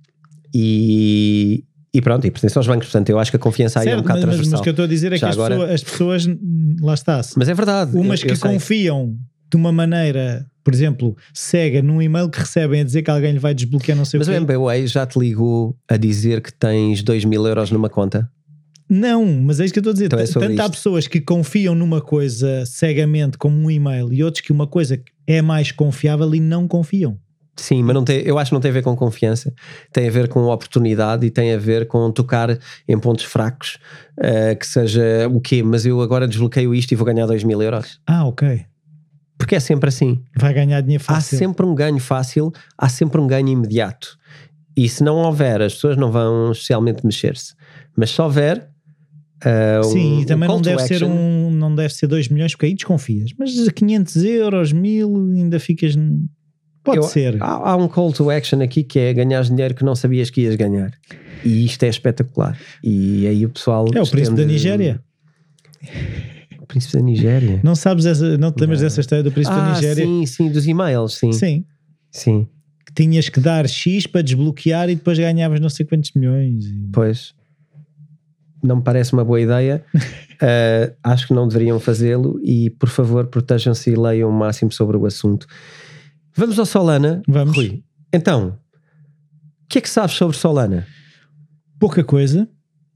Speaker 4: e, e pronto, e pertence aos bancos, portanto eu acho que a confiança aí
Speaker 3: certo,
Speaker 4: é um bocado
Speaker 3: mas,
Speaker 4: transversal.
Speaker 3: Mas o que eu estou a dizer é
Speaker 4: Já
Speaker 3: que as,
Speaker 4: agora...
Speaker 3: pessoas, as pessoas, lá está,
Speaker 4: mas é verdade,
Speaker 3: umas
Speaker 4: eu,
Speaker 3: que
Speaker 4: eu
Speaker 3: confiam de uma maneira, por exemplo, cega num e-mail que recebem a dizer que alguém lhe vai desbloquear não sei
Speaker 4: mas
Speaker 3: o quê.
Speaker 4: Mas o M B W A já te ligou a dizer que tens dois mil euros numa conta?
Speaker 3: Não, mas é isso que eu estou a dizer.
Speaker 4: Então é
Speaker 3: Tanto
Speaker 4: isto.
Speaker 3: há pessoas que confiam numa coisa cegamente como um e-mail e outros que uma coisa é mais confiável e não confiam.
Speaker 4: Sim, mas não tem, eu acho que não tem a ver com confiança, tem a ver com oportunidade e tem a ver com tocar em pontos fracos, uh, que seja o quê? Mas eu agora desbloqueio isto e vou ganhar dois mil euros.
Speaker 3: Ah, ok.
Speaker 4: Porque é sempre assim.
Speaker 3: Vai ganhar dinheiro fácil.
Speaker 4: Há sempre um ganho fácil, há sempre um ganho imediato. E se não houver, as pessoas não vão especialmente mexer-se. Mas se houver... Uh,
Speaker 3: Sim,
Speaker 4: um,
Speaker 3: e também
Speaker 4: um
Speaker 3: não deve
Speaker 4: action,
Speaker 3: ser um, não deve ser dois milhões, porque aí desconfias. Mas a quinhentos euros, mil, ainda ficas... Pode
Speaker 4: eu,
Speaker 3: ser.
Speaker 4: Há, há um call to action aqui que é ganhar dinheiro que não sabias que ias ganhar. E isto é espetacular. E aí o pessoal...
Speaker 3: É o príncipe da Nigéria.
Speaker 4: O príncipe da Nigéria?
Speaker 3: Não sabes, essa, não te lembras não. dessa história do príncipe
Speaker 4: ah,
Speaker 3: da Nigéria?
Speaker 4: Sim, sim, dos e-mails, sim.
Speaker 3: Sim.
Speaker 4: Sim.
Speaker 3: Que tinhas que dar X para desbloquear e depois ganhavas não sei quantos milhões. E...
Speaker 4: Pois. Não me parece uma boa ideia. uh, acho que não deveriam fazê-lo e, por favor, protejam-se e leiam o máximo sobre o assunto. Vamos ao Solana.
Speaker 3: Vamos.
Speaker 4: Rui, então, o que é que sabes sobre Solana?
Speaker 3: Pouca coisa.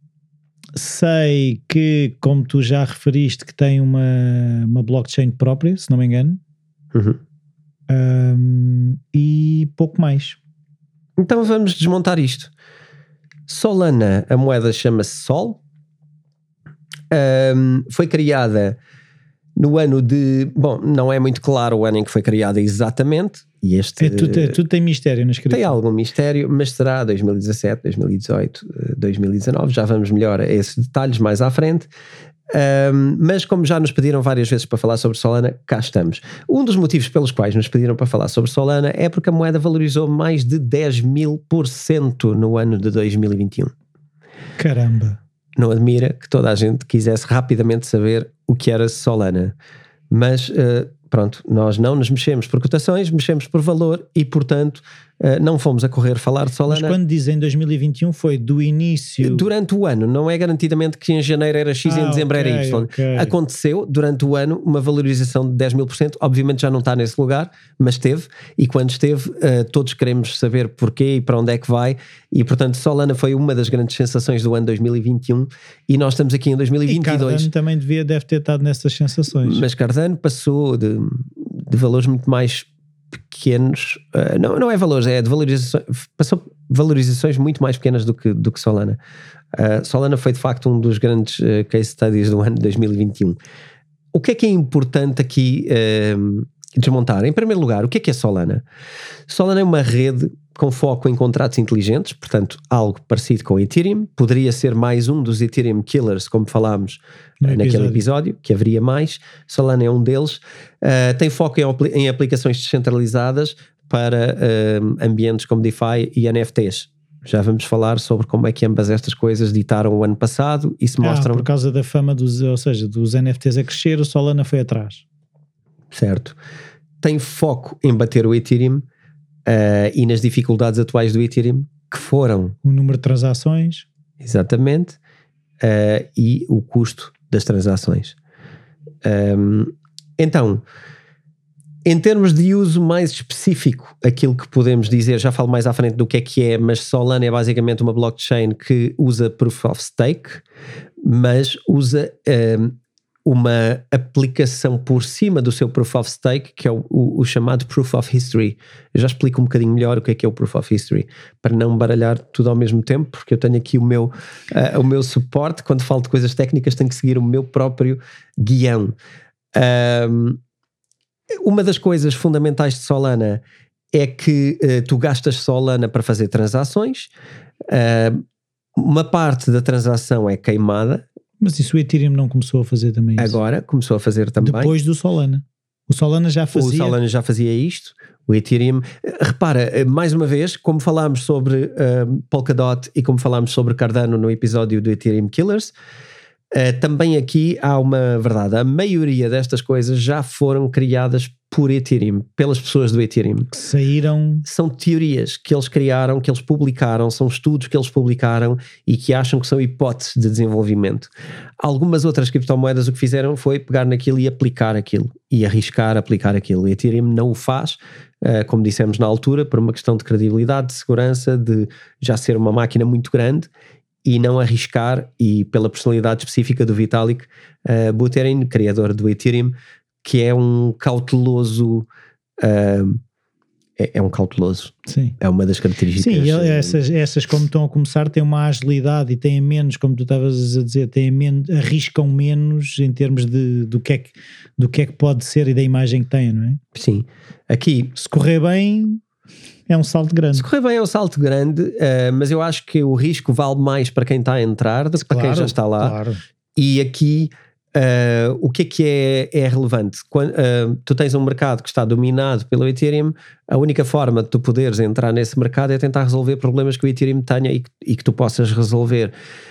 Speaker 3: Sei que, como tu já referiste, que tem uma, uma blockchain própria, se não me engano.
Speaker 4: Uhum.
Speaker 3: Um, e pouco mais.
Speaker 4: Então vamos desmontar isto. Solana, a moeda chama-se Sol. Um, foi criada no ano de... Bom, não é muito claro o ano em que foi criada exatamente. E este,
Speaker 3: é, tudo, é, tudo tem mistério na escrita.
Speaker 4: Tem algum mistério, mas será dois mil e dezassete, dois mil e dezoito, dois mil e dezanove. Já vamos melhor a esses detalhes mais à frente. Um, mas como já nos pediram várias vezes para falar sobre Solana, cá estamos. Um dos motivos pelos quais nos pediram para falar sobre Solana é porque a moeda valorizou mais de dez mil por cento no ano de dois mil e vinte e um.
Speaker 3: Caramba!
Speaker 4: Não admira que toda a gente quisesse rapidamente saber o que era Solana, mas uh, pronto, nós não nos mexemos por cotações, mexemos por valor e portanto uh, não fomos a correr falar de Solana.
Speaker 3: Mas quando dizem dois mil e vinte e um foi do início...
Speaker 4: Durante o ano, não é garantidamente que em janeiro era X e
Speaker 3: ah,
Speaker 4: em dezembro
Speaker 3: okay,
Speaker 4: era Y.
Speaker 3: Okay.
Speaker 4: Aconteceu durante o ano uma valorização de dez mil por cento, obviamente já não está nesse lugar, mas esteve, e quando esteve uh, todos queremos saber porquê e para onde é que vai, e portanto Solana foi uma das grandes sensações do ano dois mil e vinte e um e nós estamos aqui em dois mil e vinte e dois.
Speaker 3: E Cardano também devia, deve ter estado nessas sensações.
Speaker 4: Mas Cardano passou de, de valores muito mais pequenos, uh, não, não é valores, é de valorizações, passou valorizações muito mais pequenas do que, do que Solana. Uh, Solana foi de facto um dos grandes uh, case studies do ano dois mil e vinte e um. O que é que é importante aqui uh, desmontar? Em primeiro lugar, o que é que é Solana? Solana é uma rede com foco em contratos inteligentes, portanto algo parecido com o Ethereum, poderia ser mais um dos Ethereum Killers, como falámos
Speaker 3: no
Speaker 4: naquele
Speaker 3: episódio.
Speaker 4: episódio, que haveria mais. Solana é um deles. Uh, tem foco em, em aplicações descentralizadas para uh, ambientes como DeFi e N F Ts. Já vamos falar sobre como é que ambas estas coisas ditaram o ano passado e se mostram...
Speaker 3: Ah, por causa da fama dos, ou seja, dos N F Ts a crescer, o Solana foi atrás.
Speaker 4: Certo. Tem foco em bater o Ethereum uh, e nas dificuldades atuais do Ethereum, que foram...
Speaker 3: O número de transações.
Speaker 4: Exatamente. Uh, e o custo das transações. Um, então, Em termos de uso mais específico, aquilo que podemos dizer, já falo mais à frente do que é que é, mas Solana é basicamente uma blockchain que usa Proof of Stake, mas usa um, uma aplicação por cima do seu Proof of Stake, que é o, o, o chamado Proof of History. Eu já explico um bocadinho melhor o que é que é o Proof of History, para não baralhar tudo ao mesmo tempo, porque eu tenho aqui o meu, uh, o meu suporte. Quando falo de coisas técnicas, tenho que seguir o meu próprio guião. Um, Uma das coisas fundamentais de Solana é que uh, tu gastas Solana para fazer transações, uh, uma parte da transação é queimada.
Speaker 3: Mas isso o Ethereum não começou a fazer também isso?
Speaker 4: Agora começou a fazer também.
Speaker 3: Depois do Solana. O Solana já fazia.
Speaker 4: O Solana já fazia isto. O Ethereum, repara, mais uma vez, como falámos sobre uh, Polkadot e como falámos sobre Cardano no episódio do Ethereum Killers, Uh, também aqui há uma verdade, a maioria destas coisas já foram criadas por Ethereum, pelas pessoas do Ethereum.
Speaker 3: Que saíram...
Speaker 4: São teorias que eles criaram, que eles publicaram, são estudos que eles publicaram e que acham que são hipóteses de desenvolvimento. Algumas outras criptomoedas o que fizeram foi pegar naquilo e aplicar aquilo, e arriscar aplicar aquilo. O Ethereum não o faz, uh, como dissemos na altura, por uma questão de credibilidade, de segurança, de já ser uma máquina muito grande, e não arriscar, e pela personalidade específica do Vitalik uh, Buterin, criador do Ethereum, que é um cauteloso, uh, é, é um cauteloso,
Speaker 3: Sim.
Speaker 4: É uma das características.
Speaker 3: Sim, e essas, essas como estão a começar têm uma agilidade e têm menos, como tu estavas a dizer, têm menos, arriscam menos em termos de, do, que é que, do que é que pode ser e da imagem que têm, não é?
Speaker 4: Sim, aqui...
Speaker 3: Se correr bem... É um salto grande.
Speaker 4: Se correr bem é um salto grande, uh, mas eu acho que o risco vale mais para quem está a entrar do que para
Speaker 3: claro,
Speaker 4: quem já está lá.
Speaker 3: Claro.
Speaker 4: E aqui uh, o que é que é, é relevante? Quando, uh, tu tens um mercado que está dominado pelo Ethereum, a única forma de tu poderes entrar nesse mercado é tentar resolver problemas que o Ethereum tenha e que, e que tu possas resolver.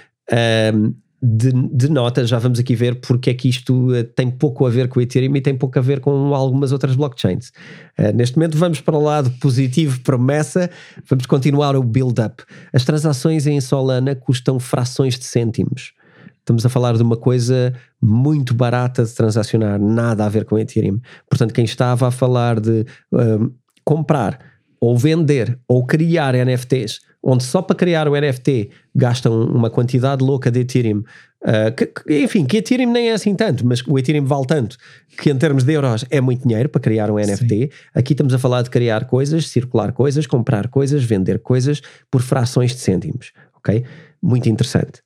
Speaker 4: Uh, De, de nota, já vamos aqui ver porque é que isto uh, tem pouco a ver com o Ethereum e tem pouco a ver com algumas outras blockchains. Uh, neste momento vamos para o lado positivo, promessa, vamos continuar o build-up. As transações em Solana custam frações de cêntimos. Estamos a falar de uma coisa muito barata de transacionar, nada a ver com o Ethereum. Portanto, quem estava a falar de uh, comprar ou vender ou criar N F Ts, onde só para criar o N F T gastam uma quantidade louca de Ethereum, uh, que, que, enfim, que Ethereum nem é assim tanto, mas o Ethereum vale tanto, que em termos de euros é muito dinheiro para criar um N F T. Sim. Aqui estamos a falar de criar coisas, circular coisas, comprar coisas, vender coisas por frações de cêntimos, ok? Muito interessante.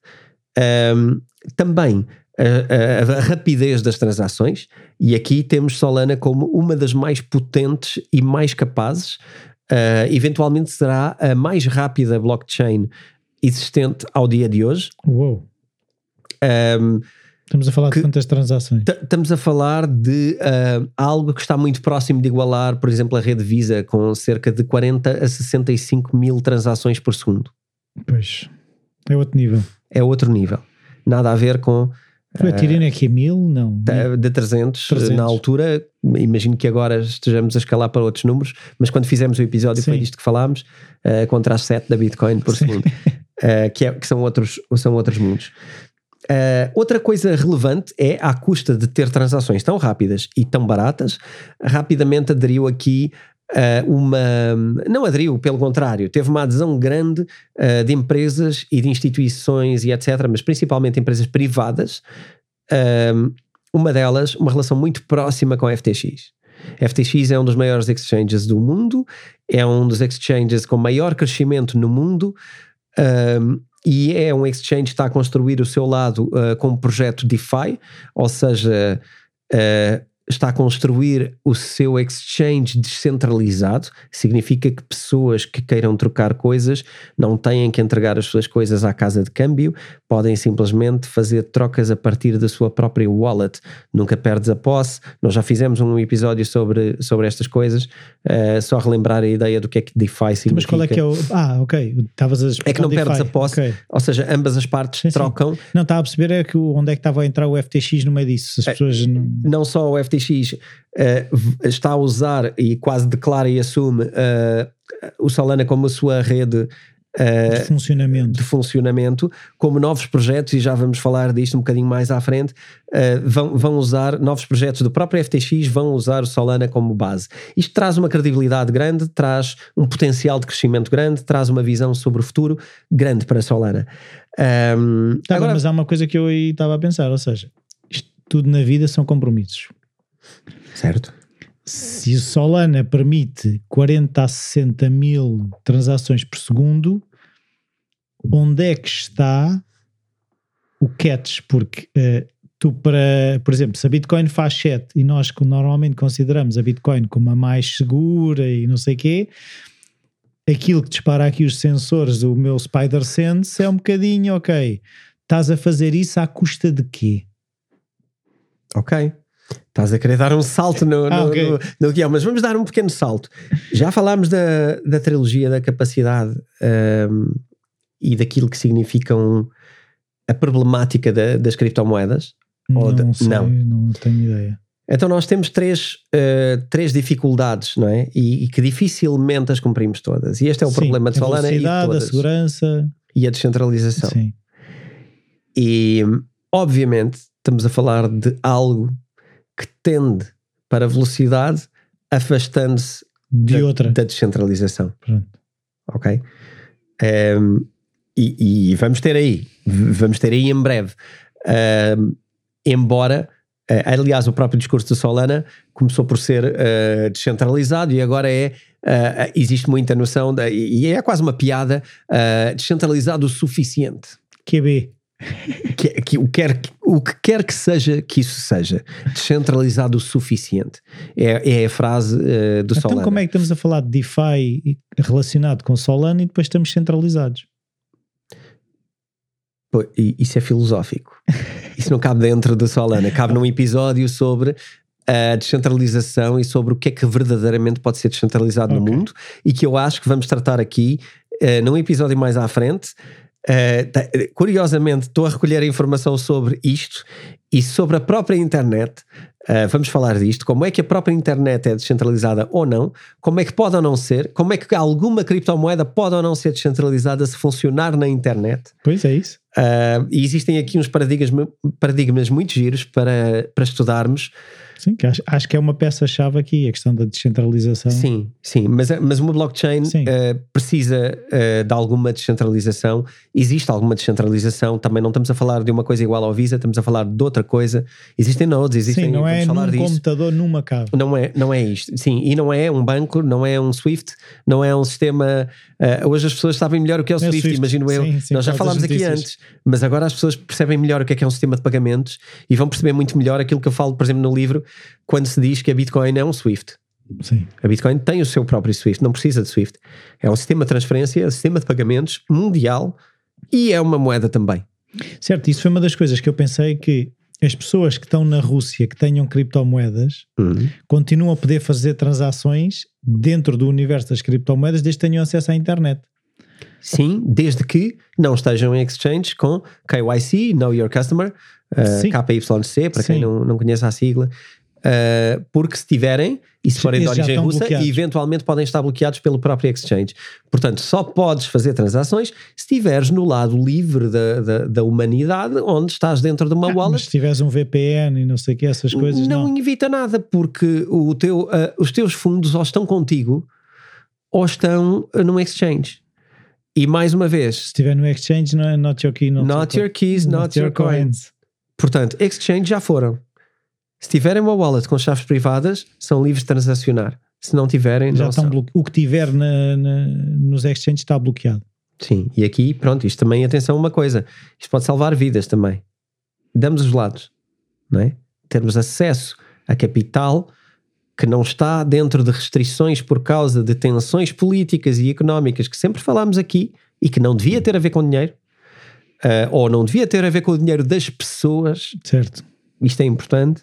Speaker 4: Um, também a, a, a rapidez das transações, e aqui temos Solana como uma das mais potentes e mais capazes. Uh, eventualmente será a mais rápida blockchain existente ao dia de hoje.
Speaker 3: Uou. Um, estamos a falar de quantas transações?
Speaker 4: Estamos a falar de uh, algo que está muito próximo de igualar, por exemplo, a rede Visa, com cerca de quarenta a sessenta e cinco mil transações por segundo.
Speaker 3: Pois, é outro nível.
Speaker 4: É outro nível. Nada a ver com...
Speaker 3: O Ethereum é que é mil? Não.
Speaker 4: De trezentos, trezentos na altura. Imagino que agora estejamos a escalar para outros números, mas quando fizemos o episódio Sim. foi disto que falámos, uh, contra as sete da Bitcoin por Sim. segundo, uh, que, é, que são, outros, são outros mundos. Uh, outra coisa relevante é, à custa de ter transações tão rápidas e tão baratas, rapidamente aderiu aqui uh, uma... Não aderiu, pelo contrário, teve uma adesão grande uh, de empresas e de instituições e etcétera, mas principalmente empresas privadas. Uh, uma delas, uma relação muito próxima com a F T X. A F T X é um dos maiores exchanges do mundo, é um dos exchanges com maior crescimento no mundo, uh, e é um exchange que está a construir o seu lado uh, com um projeto DeFi, ou seja, uh, está a construir o seu exchange descentralizado. Significa que pessoas que queiram trocar coisas não têm que entregar as suas coisas à casa de câmbio, podem simplesmente fazer trocas a partir da sua própria wallet. Nunca perdes a posse. Nós já fizemos um episódio sobre, sobre estas coisas, uh, só relembrar a ideia do que é que DeFi significa.
Speaker 3: Mas qual é que é o... Ah, ok. Estavas a explicar.
Speaker 4: É que não
Speaker 3: DeFi.
Speaker 4: perdes a posse, okay. Ou seja, ambas as partes sim, trocam.
Speaker 3: Sim. Não, estava a perceber é que onde é que estava a entrar o F T X no meio disso. As
Speaker 4: é,
Speaker 3: pessoas não...
Speaker 4: não só o F T X uh, está a usar e quase declara e assume uh, o Solana como a sua rede uh,
Speaker 3: de funcionamento.
Speaker 4: de funcionamento, como novos projetos, e já vamos falar disto um bocadinho mais à frente, uh, vão, vão usar novos projetos do próprio F T X, vão usar o Solana como base. Isto traz uma credibilidade grande, traz um potencial de crescimento grande, traz uma visão sobre o futuro grande para a Solana. Um,
Speaker 3: tá,
Speaker 4: agora,
Speaker 3: mas há uma coisa que eu aí estava a pensar, ou seja, isto tudo na vida são compromissos.
Speaker 4: certo.
Speaker 3: Se o Solana permite quarenta a sessenta mil transações por segundo, onde é que está o catch? Porque uh, tu para, por exemplo, se a Bitcoin faz sete e nós que normalmente consideramos a Bitcoin como a mais segura e não sei o quê, aquilo que dispara aqui os sensores do meu Spider Sense é um bocadinho, ok, estás a fazer isso à custa de quê?
Speaker 4: Ok. Estás a querer dar um salto no,
Speaker 3: ah,
Speaker 4: no,
Speaker 3: okay.
Speaker 4: no, no guião, mas vamos dar um pequeno salto. Já falámos da, da trilogia da capacidade um, e daquilo que significam a problemática da, das criptomoedas?
Speaker 3: Não,
Speaker 4: Ou de,
Speaker 3: sei,
Speaker 4: não.
Speaker 3: não tenho ideia.
Speaker 4: Então nós temos três, uh, três dificuldades, não é? E, e que dificilmente as cumprimos todas. E este é o
Speaker 3: Sim,
Speaker 4: problema de
Speaker 3: a
Speaker 4: Solana e de todas.
Speaker 3: A segurança.
Speaker 4: E a descentralização.
Speaker 3: Sim.
Speaker 4: E obviamente estamos a falar de algo que tende para a velocidade, afastando-se
Speaker 3: de
Speaker 4: da,
Speaker 3: outra.
Speaker 4: da descentralização.
Speaker 3: Pronto.
Speaker 4: Ok? Um, e, e vamos ter aí, vamos ter aí em breve. Um, embora, uh, aliás, o próprio discurso de Solana começou por ser uh, descentralizado e agora é, uh, existe muita noção, de, e é quase uma piada, uh, descentralizado o suficiente.
Speaker 3: Q B.
Speaker 4: Que, que, o, quer, o que quer que seja que isso seja, descentralizado o suficiente, é, é a frase uh, do
Speaker 3: então,
Speaker 4: Solana.
Speaker 3: Então como é que estamos a falar de DeFi relacionado com Solana e depois estamos centralizados?
Speaker 4: Pô, isso é filosófico. Isso não cabe dentro do Solana, cabe num episódio sobre a descentralização e sobre o que é que verdadeiramente pode ser descentralizado okay. no mundo, e que eu acho que vamos tratar aqui uh, num episódio mais à frente. Uh, curiosamente estou a recolher a informação sobre isto e sobre a própria internet. Uh, vamos falar disto, como é que a própria internet é descentralizada ou não, como é que pode ou não ser, como é que alguma criptomoeda pode ou não ser descentralizada se funcionar na internet.
Speaker 3: Pois é isso.
Speaker 4: Uh, e existem aqui uns paradigmas, paradigmas muito giros para, para estudarmos.
Speaker 3: Sim, que acho, acho que é uma peça-chave aqui, a questão da descentralização.
Speaker 4: Sim, sim, mas, mas uma blockchain uh, precisa uh, de alguma descentralização. Existe alguma descentralização, também não estamos a falar de uma coisa igual ao Visa, estamos a falar de outra coisa. Existem nodes, existem...
Speaker 3: Sim, não é num
Speaker 4: disso.
Speaker 3: computador, numa cave.
Speaker 4: Não é, não é isto, sim, e não é um banco, não é um Swift, não é um sistema... Uh, hoje as pessoas sabem melhor o que é o, é Swift, Swift, imagino eu.
Speaker 3: Sim, sim,
Speaker 4: nós já falámos aqui antes, mas agora as pessoas percebem melhor o que é que é um sistema de pagamentos e vão perceber muito melhor aquilo que eu falo, por exemplo, no livro, quando se diz que a Bitcoin é um Swift.
Speaker 3: Sim.
Speaker 4: A Bitcoin tem o seu próprio Swift, não precisa de Swift. É um sistema de transferência, é um sistema de pagamentos mundial e é uma moeda também.
Speaker 3: Certo, isso foi uma das coisas que eu pensei, que as pessoas que estão na Rússia que tenham criptomoedas
Speaker 4: uhum. continuam
Speaker 3: a poder fazer transações dentro do universo das criptomoedas desde que tenham acesso à internet.
Speaker 4: Sim, desde que não estejam em exchange com K Y C, Know Your Customer, uh, K Y C, para Sim. quem não, não conhece a sigla, uh, porque se tiverem, e se forem de origem russa, bloqueados. E eventualmente podem estar bloqueados pelo próprio exchange. Portanto, só podes fazer transações se estiveres no lado livre da, da, da humanidade, onde estás dentro de uma ah, wallet.
Speaker 3: Mas se tiveres um V P N e não sei o que, essas coisas
Speaker 4: não...
Speaker 3: Não
Speaker 4: evita nada, porque o teu, uh, os teus fundos ou estão contigo, ou estão num exchange. E mais uma vez,
Speaker 3: se estiver no exchange, não é not your key, not,
Speaker 4: not
Speaker 3: your,
Speaker 4: your keys, not, not your, your coins. coins. Portanto, exchange já foram. Se tiverem uma wallet com chaves privadas, são livres de transacionar. Se não tiverem,
Speaker 3: já
Speaker 4: não
Speaker 3: estão
Speaker 4: são.
Speaker 3: O que tiver na, na, nos exchanges está bloqueado.
Speaker 4: Sim, e aqui, pronto, isto também, atenção a uma coisa, isto pode salvar vidas também. Damos os lados, não é? Termos acesso a capital que não está dentro de restrições por causa de tensões políticas e económicas que sempre falámos aqui e que não devia ter a ver com dinheiro, uh, ou não devia ter a ver com o dinheiro das pessoas.
Speaker 3: Certo.
Speaker 4: Isto é importante.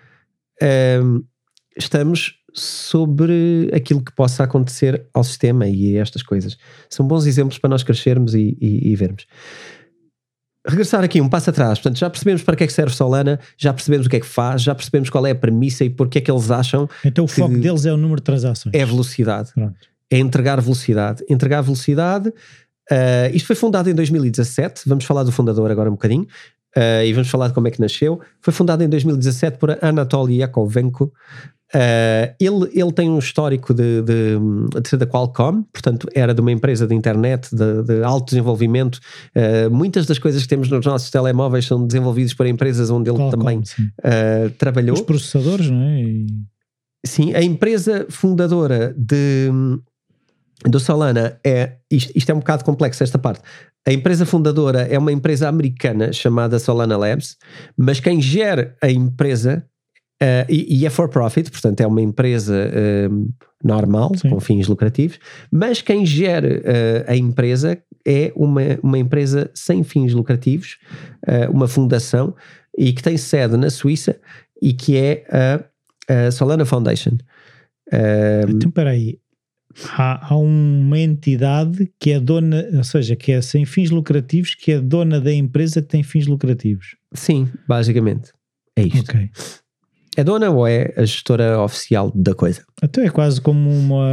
Speaker 4: Uh, estamos sobre aquilo que possa acontecer ao sistema e a estas coisas. São bons exemplos para nós crescermos e, e, e vermos. Regressar aqui um passo atrás, portanto já percebemos para que é que serve Solana, já percebemos o que é que faz, já percebemos qual é a premissa e porque é que eles acham.
Speaker 3: Então o foco deles é o número de transações.
Speaker 4: É velocidade.
Speaker 3: Pronto.
Speaker 4: É entregar velocidade. Entregar velocidade Uh, isto foi fundado em dois mil e dezassete, vamos falar do fundador agora um bocadinho, uh, e vamos falar de como é que nasceu. Foi fundado em dois mil e dezassete por Anatoly Yakovenko. Uh, ele, ele tem um histórico de, de, de ser da Qualcomm, portanto era de uma empresa de internet de, de alto desenvolvimento. Uh, muitas das coisas que temos nos nossos telemóveis são desenvolvidas por empresas onde ele
Speaker 3: Qualcomm,
Speaker 4: também uh, trabalhou.
Speaker 3: Os processadores, não é? E...
Speaker 4: Sim, a empresa fundadora de, do Solana é, isto, isto é um bocado complexo esta parte. A empresa fundadora é uma empresa americana chamada Solana Labs, mas quem gera a empresa Uh, e, e é for profit, portanto é uma empresa uh, normal, Sim. com fins lucrativos, mas quem gera uh, a empresa é uma, uma empresa sem fins lucrativos, uh, uma fundação, e que tem sede na Suíça e que é a, a Solana Foundation. Uh,
Speaker 3: então, espera aí, há, há uma entidade que é dona, ou seja, que é sem fins lucrativos, que é dona da empresa que tem fins lucrativos.
Speaker 4: Sim, basicamente, é isto.
Speaker 3: Ok.
Speaker 4: É dona ou é a gestora oficial da coisa?
Speaker 3: Então é quase como uma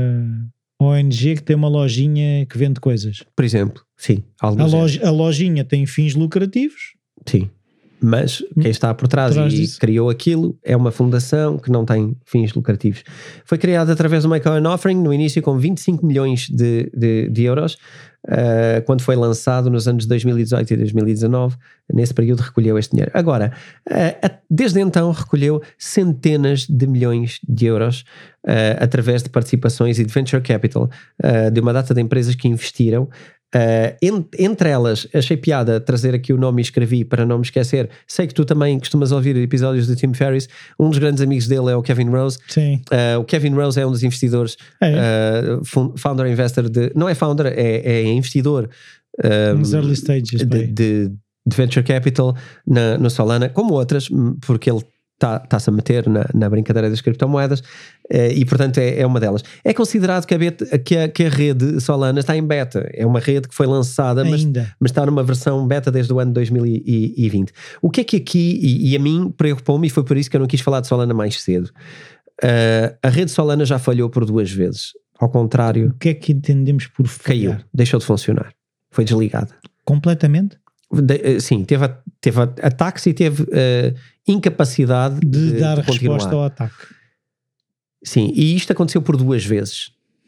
Speaker 3: O N G que tem uma lojinha que vende coisas.
Speaker 4: Por exemplo, sim.
Speaker 3: A, loj, a lojinha tem fins lucrativos.
Speaker 4: Sim. Mas quem está por trás, por trás e disso. criou aquilo é uma fundação que não tem fins lucrativos. Foi criada através do Make an Offering, no início com vinte e cinco milhões de, de, de euros, uh, quando foi lançado nos anos dois mil e dezoito e dois mil e dezanove. Nesse período recolheu este dinheiro. Agora, uh, desde então recolheu centenas de milhões de euros uh, através de participações e de venture capital uh, de uma data de empresas que investiram. Uh, entre, entre elas, achei piada trazer aqui o nome e escrevi para não me esquecer. Sei que tu também costumas ouvir episódios do Tim Ferriss. Um dos grandes amigos dele é o Kevin Rose.
Speaker 3: Sim.
Speaker 4: Uh, o Kevin Rose é um dos investidores, é. uh, founder investor de, não é founder, é, é investidor um,
Speaker 3: nos early stages
Speaker 4: de, de, de venture capital na, no Solana, como outras, porque ele está-se a meter na, na brincadeira das criptomoedas, eh, e portanto é, é uma delas. É considerado que a, beta, que, a, que a rede Solana está em beta. É uma rede que foi lançada, mas, mas está numa versão beta desde o ano dois mil e vinte. O que é que aqui, e, e a mim preocupou-me, e foi por isso que eu não quis falar de Solana mais cedo. Uh, a rede Solana já falhou por duas vezes. Ao contrário...
Speaker 3: O que é que entendemos por falhar?
Speaker 4: Caiu, deixou de funcionar. Foi desligada.
Speaker 3: Completamente?
Speaker 4: De, sim, teve, teve ataques e teve uh, incapacidade
Speaker 3: de,
Speaker 4: de
Speaker 3: dar
Speaker 4: de
Speaker 3: resposta ao ataque.
Speaker 4: Sim, e isto aconteceu por duas vezes.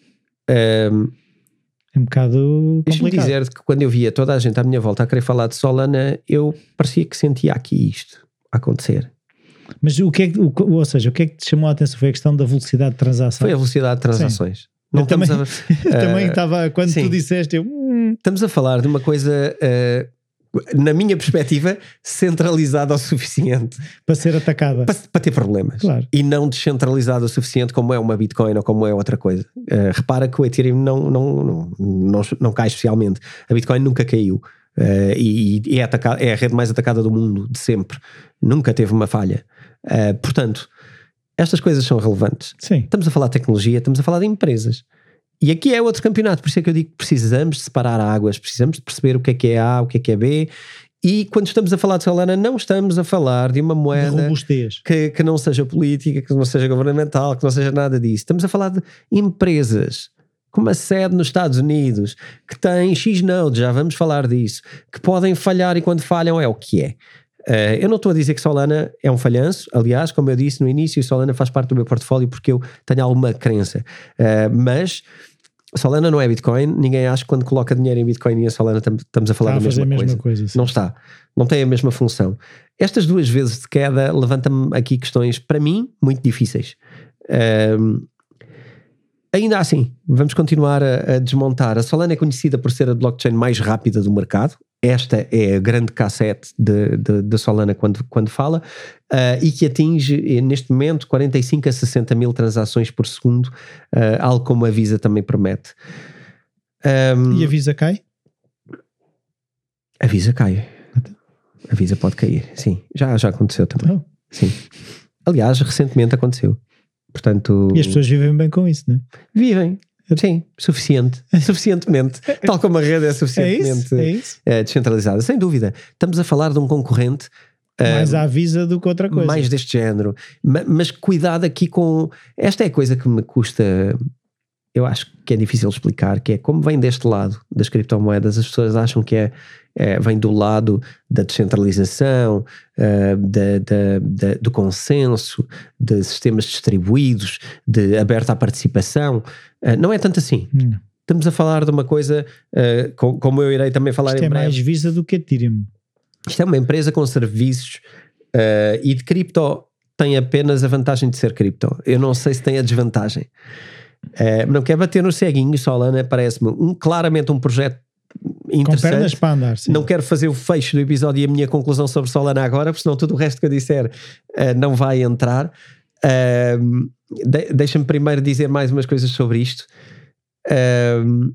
Speaker 4: Um,
Speaker 3: é um bocado complicado.
Speaker 4: Deixa-me dizer que quando eu via toda a gente à minha volta a querer falar de Solana, eu parecia que sentia aqui isto a acontecer.
Speaker 3: Mas o que é que, o, ou seja, o que é que te chamou a atenção? Foi a questão da velocidade de transação?
Speaker 4: Foi a velocidade de transações. Sim. Não
Speaker 3: eu também,
Speaker 4: a,
Speaker 3: uh, eu também estava, quando
Speaker 4: sim.
Speaker 3: tu disseste, eu... Hum.
Speaker 4: Estamos a falar de uma coisa... Uh, na minha perspectiva, centralizada o suficiente
Speaker 3: para ser atacada,
Speaker 4: para, para ter problemas,
Speaker 3: claro.
Speaker 4: E não descentralizada o suficiente como é uma Bitcoin ou como é outra coisa. Uh, repara que o Ethereum não, não, não, não, não cai especialmente, a Bitcoin nunca caiu, uh, e, e é, atacada, é a rede mais atacada do mundo de sempre, nunca teve uma falha. Uh, portanto, estas coisas são relevantes.
Speaker 3: Sim.
Speaker 4: Estamos a falar de tecnologia, estamos a falar de empresas. E aqui é outro campeonato, por isso é que eu digo que precisamos de separar águas, precisamos de perceber o que é que é A, o que é que é B, e quando estamos a falar de Solana não estamos a falar de uma moeda
Speaker 3: de
Speaker 4: que, que não seja política, que não seja governamental, que não seja nada disso. Estamos a falar de empresas com uma sede nos Estados Unidos, que têm X-Node, já vamos falar disso, que podem falhar e quando falham é o que é. Uh, eu não estou a dizer que Solana é um falhanço, aliás, como eu disse no início, Solana faz parte do meu portfólio porque eu tenho alguma crença, uh, mas Solana não é Bitcoin, ninguém acha que quando coloca dinheiro em Bitcoin e em Solana tam, estamos a falar
Speaker 3: está
Speaker 4: da mesma,
Speaker 3: a mesma
Speaker 4: coisa,
Speaker 3: coisa
Speaker 4: não está, não tem a mesma função. Estas duas vezes de queda levanta-me aqui questões, para mim, muito difíceis. Uh, ainda assim, vamos continuar a, a desmontar. A Solana é conhecida por ser a blockchain mais rápida do mercado. Esta é a grande cassete de, de, de Solana quando, quando fala, uh, e que atinge neste momento quarenta e cinco a sessenta mil transações por segundo, uh, algo como a Visa também promete. Um,
Speaker 3: e a Visa cai?
Speaker 4: A Visa cai. A Visa pode cair, sim. Já, já aconteceu também. Oh. Sim. Aliás, recentemente aconteceu. Portanto,
Speaker 3: e as pessoas vivem bem com isso, não é?
Speaker 4: Vivem. Sim, suficiente, suficientemente, tal como a rede é suficientemente
Speaker 3: é isso, é isso.
Speaker 4: Uh, descentralizada, sem dúvida. Estamos a falar de um concorrente uh,
Speaker 3: mais à Visa do que outra coisa,
Speaker 4: mais deste género, mas, mas cuidado aqui com, esta é a coisa que me custa, eu acho que é difícil explicar, que é como vem deste lado das criptomoedas, as pessoas acham que é, é vem do lado da descentralização, uh, da, da, da, do consenso, de sistemas distribuídos, de aberta à participação. Uh, não é tanto assim.
Speaker 3: Hum.
Speaker 4: Estamos a falar de uma coisa, uh, com, como eu irei também falar
Speaker 3: Isto
Speaker 4: em
Speaker 3: é
Speaker 4: breve.
Speaker 3: mais Visa do que Ethereum.
Speaker 4: Isto é uma empresa com serviços uh, e de cripto tem apenas a vantagem de ser cripto. Eu não sei se tem a desvantagem. Uh, não quer bater no ceguinho, Solana parece-me um, claramente um projeto interessante.
Speaker 3: Com pernas para andar, sim.
Speaker 4: Não quero fazer o fecho do episódio e a minha conclusão sobre Solana agora, porque senão tudo o resto que eu disser uh, não vai entrar. Uh, de, deixa-me primeiro dizer mais umas coisas sobre isto. Uh,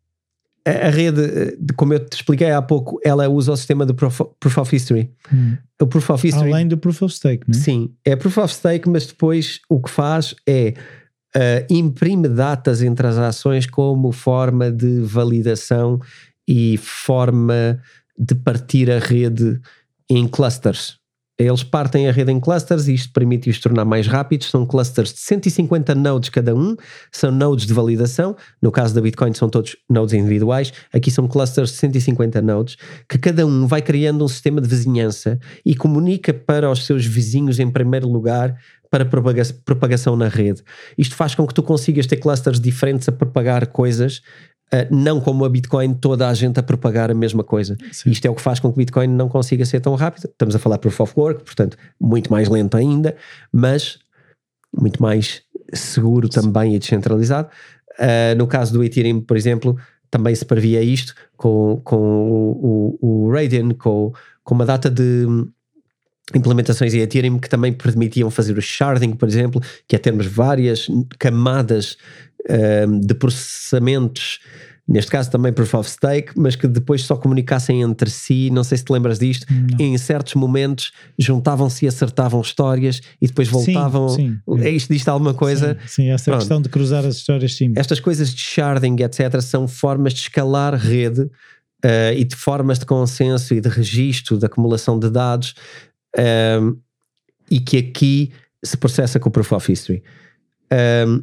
Speaker 4: a rede, como eu te expliquei há pouco, ela usa o sistema do Proof, proof of History.
Speaker 3: Hum.
Speaker 4: O Proof of History.
Speaker 3: Além do Proof of Stake, não é?
Speaker 4: Sim, é Proof of Stake, mas depois o que faz é uh, imprime datas entre as ações como forma de validação e forma de partir a rede em clusters. Eles partem a rede em clusters e isto permite-os tornar mais rápidos. São clusters de cento e cinquenta nodes cada um, são nodes de validação. No caso da Bitcoin são todos nodes individuais, aqui são clusters de cento e cinquenta nodes, que cada um vai criando um sistema de vizinhança e comunica para os seus vizinhos em primeiro lugar para propaga- propagação na rede. Isto faz com que tu consigas ter clusters diferentes a propagar coisas, Uh, não como a Bitcoin, toda a gente a propagar a mesma coisa. Sim. Isto é o que faz com que o Bitcoin não consiga ser tão rápido. Estamos a falar Proof of Work, portanto, muito mais lento ainda, mas muito mais seguro também e descentralizado. Uh, no caso do Ethereum, por exemplo, também se previa isto com, com o, o, o Radian, com, com uma data de implementações em Ethereum que também permitiam fazer o sharding, por exemplo, que é termos várias camadas um, de processamentos, neste caso também Proof of Stake, mas que depois só comunicassem entre si. Não sei se te lembras disto. Não. Em certos momentos juntavam-se e acertavam histórias e depois voltavam. Sim, sim. É isto, disto alguma coisa?
Speaker 3: Sim, sim, essa Pronto. Questão de cruzar as histórias, sim.
Speaker 4: Estas coisas de sharding, etcétera, são formas de escalar rede uh, e de formas de consenso e de registro, de acumulação de dados, um, e que aqui se processa com o Proof of History. Um,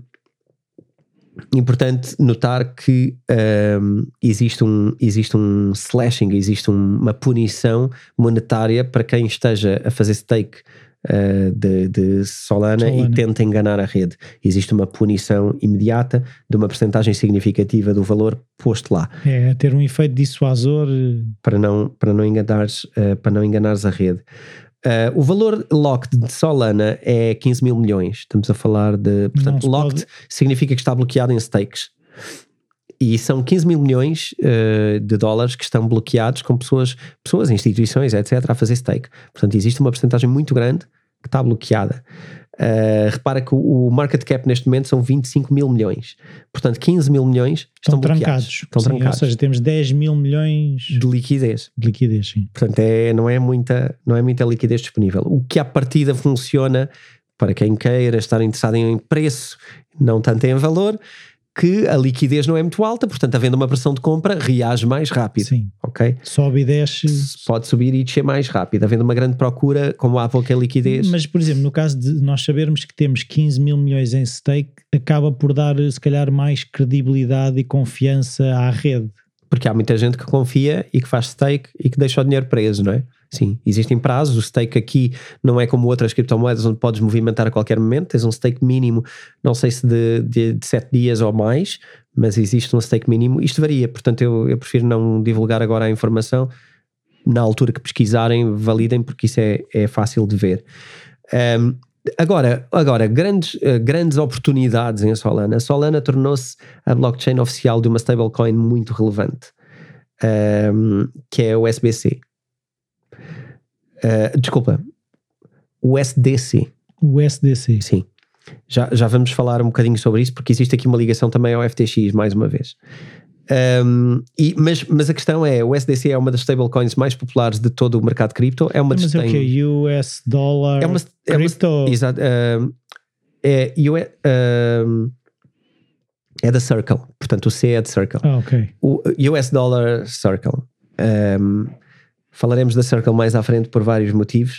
Speaker 4: Importante notar que um, existe, um, existe um slashing, existe um, uma punição monetária para quem esteja a fazer stake uh, de, de Solana, Solana e tenta enganar a rede. Existe uma punição imediata de uma percentagem significativa do valor posto lá.
Speaker 3: É, ter um efeito dissuasor.
Speaker 4: Para não, para não, enganares, uh, para não enganares a rede. Uh, o valor locked de Solana é quinze mil milhões. Estamos a falar de... Portanto, locked pode... significa que está bloqueado em stakes. E são quinze mil milhões uh, de dólares que estão bloqueados com pessoas, pessoas, instituições, etcétera, a fazer stake. Portanto, existe uma porcentagem muito grande que está bloqueada. Uh, repara que o, o market cap neste momento são vinte e cinco mil milhões. Portanto, quinze mil milhões estão, estão bloqueados. Estão
Speaker 3: sim, trancados. Ou seja, temos dez mil milhões
Speaker 4: de liquidez.
Speaker 3: De liquidez, sim.
Speaker 4: Portanto, é, não, é muita, não é muita liquidez disponível. O que à partida funciona para quem queira estar interessado em preço, não tanto em valor, que a liquidez não é muito alta, portanto, havendo uma pressão de compra, reage mais rápido.
Speaker 3: Sim.
Speaker 4: Okay?
Speaker 3: Sobe e desce.
Speaker 4: Pode subir e descer mais rápido. Havendo uma grande procura, como há pouca liquidez.
Speaker 3: Mas, por exemplo, no caso de nós sabermos que temos quinze mil milhões em stake, acaba por dar, se calhar, mais credibilidade e confiança à rede.
Speaker 4: Porque há muita gente que confia e que faz stake e que deixa o dinheiro preso, não é? Sim, existem prazos. O stake aqui não é como outras criptomoedas onde podes movimentar a qualquer momento. Tens um stake mínimo, não sei se de, de, de sete dias ou mais, mas existe um stake mínimo. Isto varia, portanto eu, eu prefiro não divulgar agora a informação. Na altura que pesquisarem, validem, porque isso é, é fácil de ver. Um, agora, agora grandes, uh, grandes oportunidades em Solana. A Solana tornou-se a blockchain oficial de uma stablecoin muito relevante, um, que é o S B C. Uh, desculpa, o S D C.
Speaker 3: O S D C.
Speaker 4: Sim. Já, já vamos falar um bocadinho sobre isso, porque existe aqui uma ligação também ao F T X, mais uma vez. Um, e, mas, mas a questão é, o S D C é uma das stablecoins mais populares de todo o mercado cripto. É uma
Speaker 3: mas é o que? U S Dollar
Speaker 4: é uma, é
Speaker 3: Crypto?
Speaker 4: Uma, exato. Um, é, um, é da Circle. Portanto, o C é de Circle.
Speaker 3: Ah, ok.
Speaker 4: O U S Dollar Circle. Um, Falaremos da Circle mais à frente por vários motivos,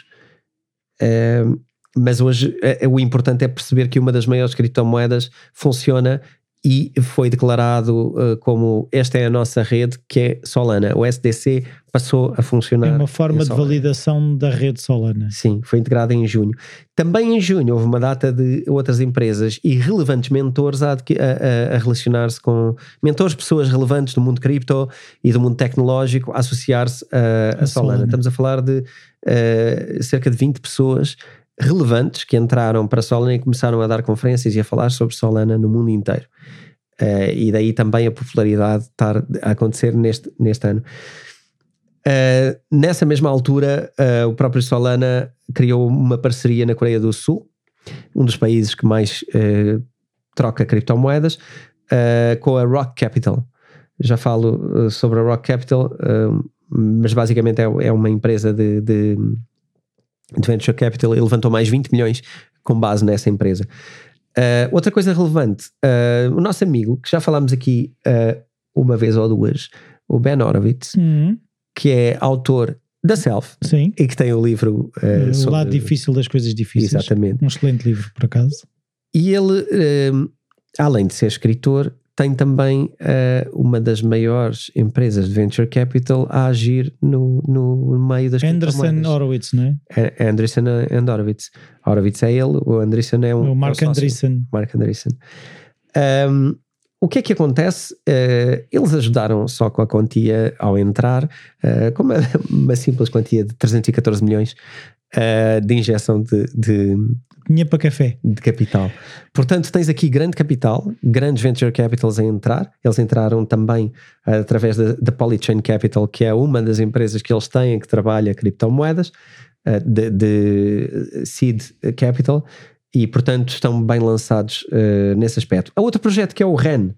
Speaker 4: uh, mas hoje uh, o importante é perceber que uma das maiores criptomoedas funciona e foi declarado uh, como esta é a nossa rede, que é Solana. O S D C passou a funcionar.
Speaker 3: É uma forma de validação da rede Solana.
Speaker 4: Sim, foi integrada em junho. Também em junho houve uma data de outras empresas e relevantes mentores a, a, a relacionar-se com mentores, pessoas relevantes do mundo cripto e do mundo tecnológico a associar-se a, a, a Solana. Solana. Estamos a falar de uh, cerca de vinte pessoas relevantes que entraram para a Solana e começaram a dar conferências e a falar sobre Solana no mundo inteiro. Uh, e daí também a popularidade estar a acontecer neste, neste ano. Uh, nessa mesma altura, uh, o próprio Solana criou uma parceria na Coreia do Sul, um dos países que mais uh, troca criptomoedas, uh, com a Rock Capital. Já falo uh, sobre a Rock Capital, uh, mas basicamente é, é uma empresa de, de, de venture capital e levantou mais vinte milhões com base nessa empresa. Uh, outra coisa relevante, uh, o nosso amigo, que já falámos aqui uh, uma vez ou duas, o Ben Horowitz,
Speaker 3: uhum.
Speaker 4: que é autor da Self.
Speaker 3: Sim.
Speaker 4: E que tem o livro uh,
Speaker 3: o
Speaker 4: sobre...
Speaker 3: lado difícil das coisas difíceis.
Speaker 4: Exatamente.
Speaker 3: Um excelente livro, por acaso.
Speaker 4: E ele, uh, além de ser escritor, tem também uh, uma das maiores empresas de venture capital a agir no, no meio das
Speaker 3: Andreessen Horowitz, não
Speaker 4: é? Andreessen and Horowitz. Horowitz é ele, o Andreessen é um...
Speaker 3: O Mark
Speaker 4: é um
Speaker 3: Andreessen.
Speaker 4: Mark Andreessen. Um, o que é que acontece? Uh, eles ajudaram só com a quantia ao entrar, uh, com uma, uma simples quantia de trezentos e catorze milhões uh, de injeção de... de
Speaker 3: dinheiro para café.
Speaker 4: De capital. Portanto, tens aqui grande capital, grandes venture capitals a entrar. Eles entraram também uh, através da, da Polychain Capital, que é uma das empresas que eles têm que trabalha criptomoedas, uh, de, de Seed Capital, e portanto estão bem lançados uh, nesse aspecto. Há outro projeto que é o R E N.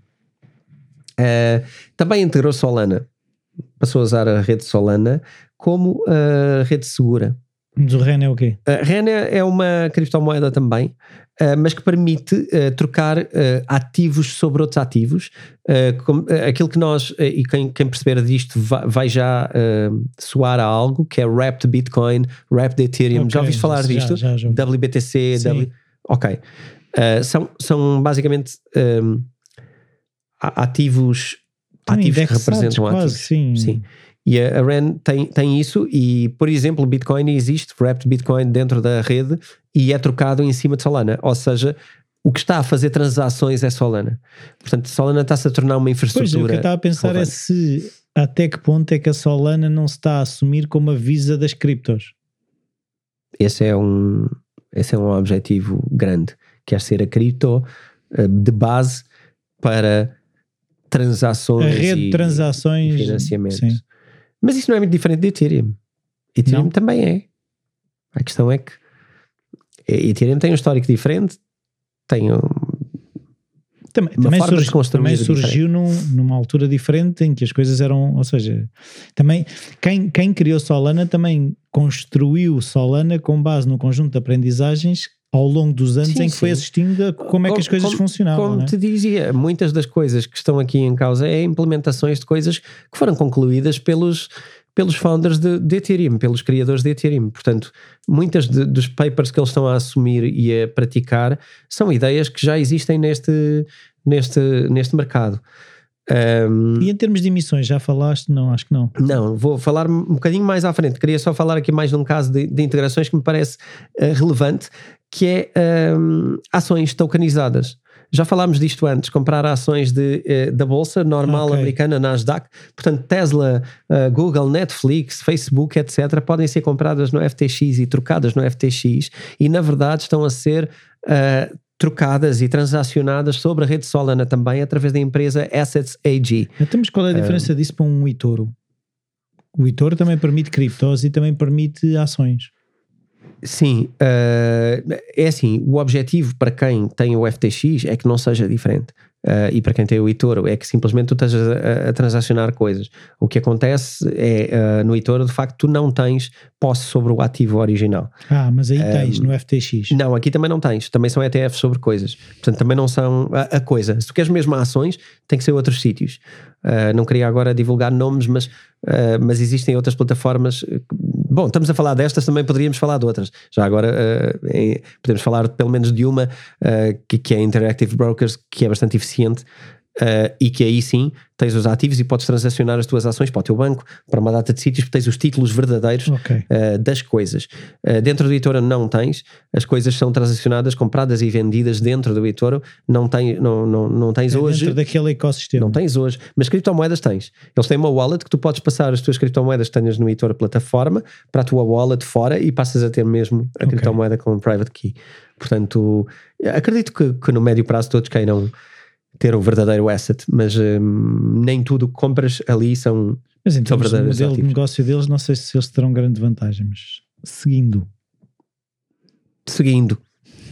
Speaker 4: Uh, também integrou Solana. Passou a usar a rede Solana como uh, rede segura.
Speaker 3: Mas o R E N é o quê?
Speaker 4: A R E N é uma criptomoeda também, uh, mas que permite uh, trocar uh, ativos sobre outros ativos. Uh, com, uh, aquilo que nós, uh, e quem, quem perceber disto vai, vai já uh, soar a algo, que é Wrapped Bitcoin, Wrapped Ethereum. Okay, já ouviste falar
Speaker 3: já,
Speaker 4: disto?
Speaker 3: Já, já,
Speaker 4: W B T C, W... Ok. Uh, são, são basicamente um, ativos, ativos que representam
Speaker 3: quase,
Speaker 4: ativos.
Speaker 3: Sim.
Speaker 4: Sim. E a R E N tem, tem isso e, por exemplo, o Bitcoin existe, Wrapped Bitcoin dentro da rede e é trocado em cima de Solana. Ou seja, o que está a fazer transações é Solana. Portanto, Solana está-se a tornar uma infraestrutura.
Speaker 3: Pois, o que eu estava a pensar relevante. É se até que ponto é que a Solana não se está a assumir como a Visa das criptos.
Speaker 4: Esse é um, esse é um objetivo grande. Quer ser a cripto de base para transações
Speaker 3: a rede
Speaker 4: e,
Speaker 3: de transações,
Speaker 4: e financiamento.
Speaker 3: Sim.
Speaker 4: Mas isso não é muito diferente de Ethereum. Ethereum não. Também é. A questão é que Ethereum tem um histórico diferente, tem um,
Speaker 3: também,
Speaker 4: uma
Speaker 3: também
Speaker 4: forma
Speaker 3: surgi,
Speaker 4: de construir
Speaker 3: também surgiu num, numa altura diferente em que as coisas eram, ou seja, também quem, quem criou Solana também construiu Solana com base no conjunto de aprendizagens ao longo dos anos sim, em que sim. foi assistindo a como é que as coisas
Speaker 4: como,
Speaker 3: funcionavam.
Speaker 4: Como
Speaker 3: não é?
Speaker 4: te dizia, muitas das coisas que estão aqui em causa é implementações de coisas que foram concluídas pelos, pelos founders de, de Ethereum, pelos criadores de Ethereum. Portanto, muitas de, dos papers que eles estão a assumir e a praticar são ideias que já existem neste, neste, neste mercado. Um,
Speaker 3: e em termos de emissões, já falaste? Não, acho que não.
Speaker 4: Não, vou falar um bocadinho mais à frente. Queria só falar aqui mais de um caso de, de integrações que me parece uh, relevante, que é um, ações tokenizadas. Já falámos disto antes, comprar ações de, uh, da bolsa normal okay. americana, Nasdaq. Portanto, Tesla, uh, Google, Netflix, Facebook, etcétera podem ser compradas no F T X e trocadas no F T X e na verdade estão a ser uh, trocadas e transacionadas sobre a rede Solana também através da empresa Assets A G.
Speaker 3: Então, mas qual é a diferença um, disso para um eToro? O eToro também permite criptos e também permite ações.
Speaker 4: Sim, uh, é assim, o objetivo para quem tem o F T X é que não seja diferente. Uh, e para quem tem o eToro é que simplesmente tu estás a, a transacionar coisas. O que acontece é, uh, no eToro, de facto, tu não tens posse sobre o ativo original.
Speaker 3: Ah, mas aí tens um, no F T X.
Speaker 4: Não, aqui também não tens. Também são E T Fs sobre coisas. Portanto, também não são a, a coisa. Se tu queres mesmo ações, tem que ser outros sítios. Uh, não queria agora divulgar nomes, mas, uh, mas existem outras plataformas Bom, estamos a falar destas, também poderíamos falar de outras. Já agora uh, em, podemos falar pelo menos de uma uh, que, que é a Interactive Brokers, que é bastante eficiente. Uh, e que aí sim tens os ativos e podes transacionar as tuas ações para o teu banco, para uma data de sítios, porque tens os títulos verdadeiros okay. uh, das coisas. Uh, dentro do eToro não tens, as coisas são transacionadas, compradas e vendidas dentro do eToro, não, tem, não, não, não tens é hoje.
Speaker 3: Dentro daquele ecossistema.
Speaker 4: Não tens hoje, mas criptomoedas tens. Eles têm uma wallet que tu podes passar as tuas criptomoedas que tenhas no eToro plataforma para a tua wallet fora e passas a ter mesmo a okay. criptomoeda com um private key. Portanto, acredito que, que no médio prazo todos queiram ter o verdadeiro asset, mas hum, nem tudo que compras ali são,
Speaker 3: mas em
Speaker 4: são
Speaker 3: termos
Speaker 4: verdadeiros
Speaker 3: do modelo
Speaker 4: ativos.
Speaker 3: De negócio deles, não sei se eles terão grande vantagem, mas seguindo
Speaker 4: seguindo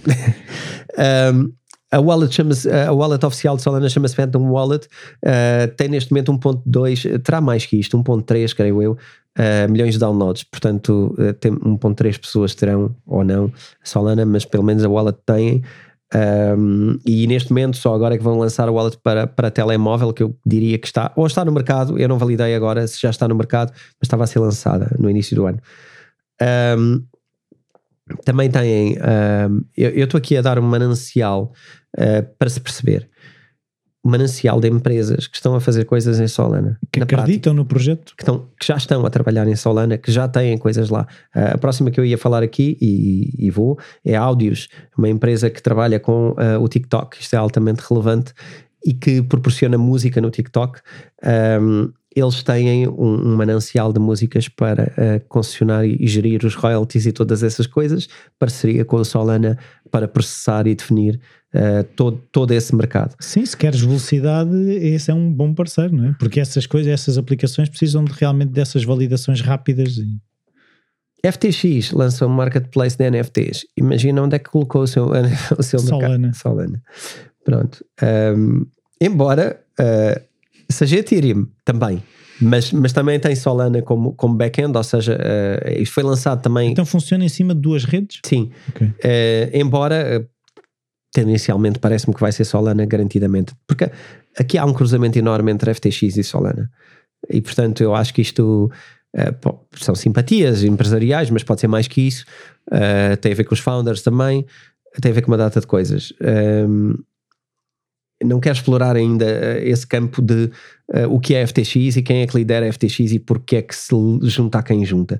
Speaker 4: um, a wallet chama-se, a wallet oficial de Solana chama-se Phantom Wallet, uh, tem neste momento um ponto dois, terá mais que isto, um ponto três creio eu, uh, milhões de downloads, portanto uh, tem um ponto três pessoas terão ou não a Solana, mas pelo menos a wallet tem. Um, e neste momento só agora é que vão lançar a wallet para, para telemóvel, que eu diria que está, ou está no mercado, eu não validei agora se já está no mercado, mas estava a ser lançada no início do ano. Um, também têm um, eu estou aqui a dar um manancial uh, para se perceber, um manancial de empresas que estão a fazer coisas em Solana,
Speaker 3: que acreditam prática, no projeto,
Speaker 4: que, estão, que já estão a trabalhar em Solana, que já têm coisas lá. Uh, a próxima que eu ia falar aqui e, e vou é a Audios, uma empresa que trabalha com uh, o TikTok. Isto é altamente relevante e que proporciona música no TikTok. Um, eles têm um, um manancial de músicas para uh, concessionar e, e gerir os royalties e todas essas coisas, parceria com a Solana para processar e definir uh, todo, todo esse mercado.
Speaker 3: Sim, se queres velocidade, esse é um bom parceiro, não é? Porque essas coisas, essas aplicações precisam de, realmente dessas validações rápidas. E...
Speaker 4: F T X lançou um marketplace de N F Ts. Imagina onde é que colocou o seu, o seu
Speaker 3: Solana.
Speaker 4: mercado. Solana. Pronto. Um, embora uh, seja Ethereum também, mas, mas também tem Solana como, como back-end, ou seja, uh, isto foi lançado também...
Speaker 3: Então funciona em cima de duas redes?
Speaker 4: Sim.
Speaker 3: Okay.
Speaker 4: Uh, embora... Uh, tendencialmente parece-me que vai ser Solana garantidamente, porque aqui há um cruzamento enorme entre F T X e Solana, e portanto eu acho que isto uh, pô, são simpatias empresariais, mas pode ser mais que isso, uh, tem a ver com os founders também, tem a ver com uma data de coisas. Um, não quero explorar ainda esse campo de uh, o que é F T X e quem é que lidera F T X e porque é que se junta a quem junta.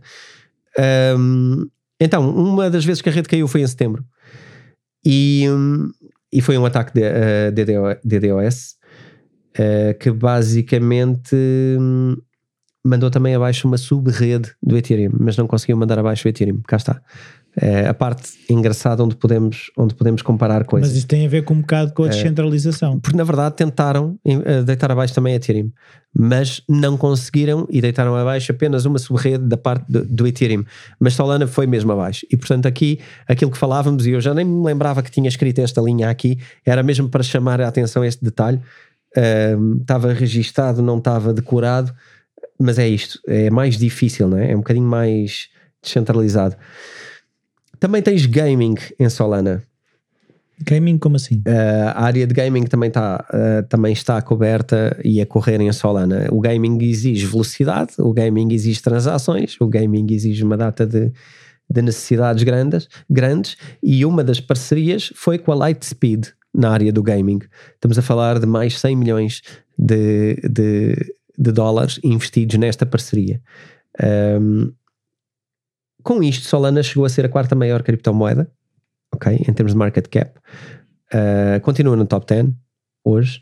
Speaker 4: Um, então, uma das vezes que a rede caiu foi em setembro. E, e foi um ataque de uh, D DoS uh, que basicamente um, mandou também abaixo uma sub-rede do Ethereum, mas não conseguiu mandar abaixo o Ethereum. Cá está. Uh, a parte engraçada onde podemos, onde podemos comparar coisas.
Speaker 3: Mas isso tem a ver com um bocado com a descentralização.
Speaker 4: Uh, porque na verdade tentaram uh, deitar abaixo também a Ethereum, mas não conseguiram e deitaram abaixo apenas uma sub-rede da parte do, do Ethereum, mas Solana foi mesmo abaixo. E portanto aqui, aquilo que falávamos, e eu já nem me lembrava que tinha escrito esta linha aqui, era mesmo para chamar a atenção a este detalhe. Uh, estava registado, não estava decorado, mas é isto, é mais difícil, não é? É um bocadinho mais descentralizado. Também tens gaming em Solana.
Speaker 3: Gaming como assim?
Speaker 4: Uh, a área de gaming também está, uh, também está coberta e a correr em Solana. O gaming exige velocidade, o gaming exige transações, o gaming exige uma data de, de necessidades grandes, grandes e uma das parcerias foi com a Lightspeed na área do gaming. Estamos a falar de mais cem milhões de, de, de dólares investidos nesta parceria. Um, Com isto, Solana chegou a ser a quarta maior criptomoeda, ok, em termos de market cap. Uh, continua no top dez hoje.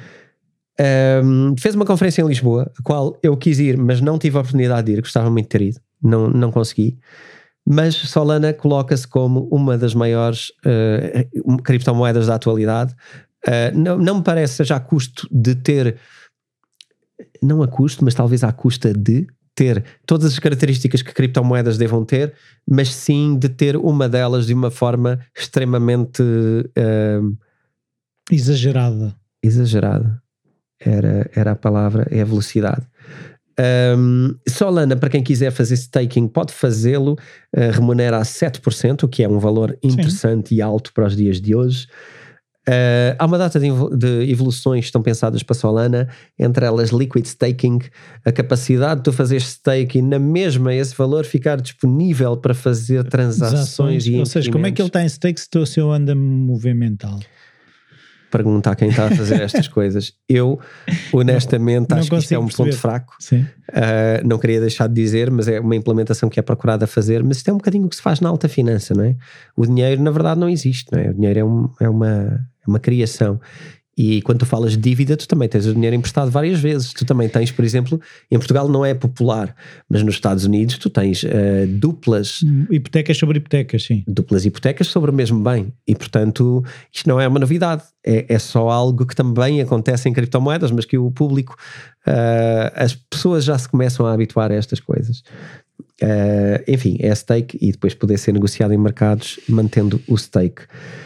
Speaker 4: Um, fez uma conferência em Lisboa, a qual eu quis ir, mas não tive a oportunidade de ir, gostava muito de ter ido, não, não consegui. Mas Solana coloca-se como uma das maiores uh, criptomoedas da atualidade. Uh, não, não me parece seja a custo de ter, não a custo, mas talvez à custa de ter todas as características que criptomoedas devam ter, mas sim de ter uma delas de uma forma extremamente uh,
Speaker 3: exagerada.
Speaker 4: Exagerada. Era, era a palavra, é a velocidade. Um, Solana, para quem quiser fazer staking, pode fazê-lo, uh, remunera a sete por cento, o que é um valor interessante Sim. e alto para os dias de hoje. Uh, há uma data de, de evoluções que estão pensadas para Solana, entre elas liquid staking, a capacidade de tu fazer stake e na mesma esse valor ficar disponível para fazer transações e
Speaker 3: ou seja, como é que ele está em stake se, se eu ando movimental?
Speaker 4: Pergunta a quem está a fazer estas coisas. Eu, honestamente,
Speaker 3: não,
Speaker 4: acho
Speaker 3: não
Speaker 4: que isto é um
Speaker 3: perceber.
Speaker 4: ponto fraco.
Speaker 3: Sim.
Speaker 4: Uh, não queria deixar de dizer, mas é uma implementação que é procurada fazer. Mas isto é um bocadinho o que se faz na alta finança, não é? O dinheiro, na verdade, não existe, não é? O dinheiro é, um, é, uma, é uma criação. E quando tu falas de dívida, tu também tens o dinheiro emprestado várias vezes. Tu também tens, por exemplo, em Portugal não é popular, mas nos Estados Unidos tu tens uh, duplas...
Speaker 3: Hipotecas sobre hipotecas, sim.
Speaker 4: Duplas hipotecas sobre o mesmo bem. E, portanto, isto não é uma novidade. É, é só algo que também acontece em criptomoedas, mas que o público, uh, as pessoas já se começam a habituar a estas coisas. Uh, enfim, é stake e depois poder ser negociado em mercados mantendo o stake.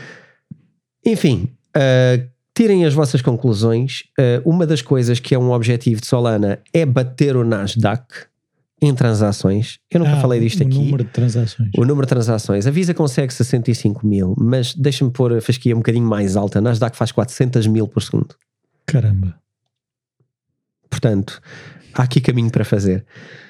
Speaker 4: Enfim... Uh, Tirem as vossas conclusões. Uh, uma das coisas que é um objetivo de Solana é bater o Nasdaq em transações. Eu nunca
Speaker 3: ah,
Speaker 4: falei disto
Speaker 3: o
Speaker 4: aqui.
Speaker 3: O número de transações.
Speaker 4: O número de transações. A Visa consegue sessenta e cinco mil, mas deixa-me pôr a fasquia um bocadinho mais alta. A Nasdaq faz quatrocentos mil por segundo.
Speaker 3: Caramba.
Speaker 4: Portanto, há aqui caminho para fazer.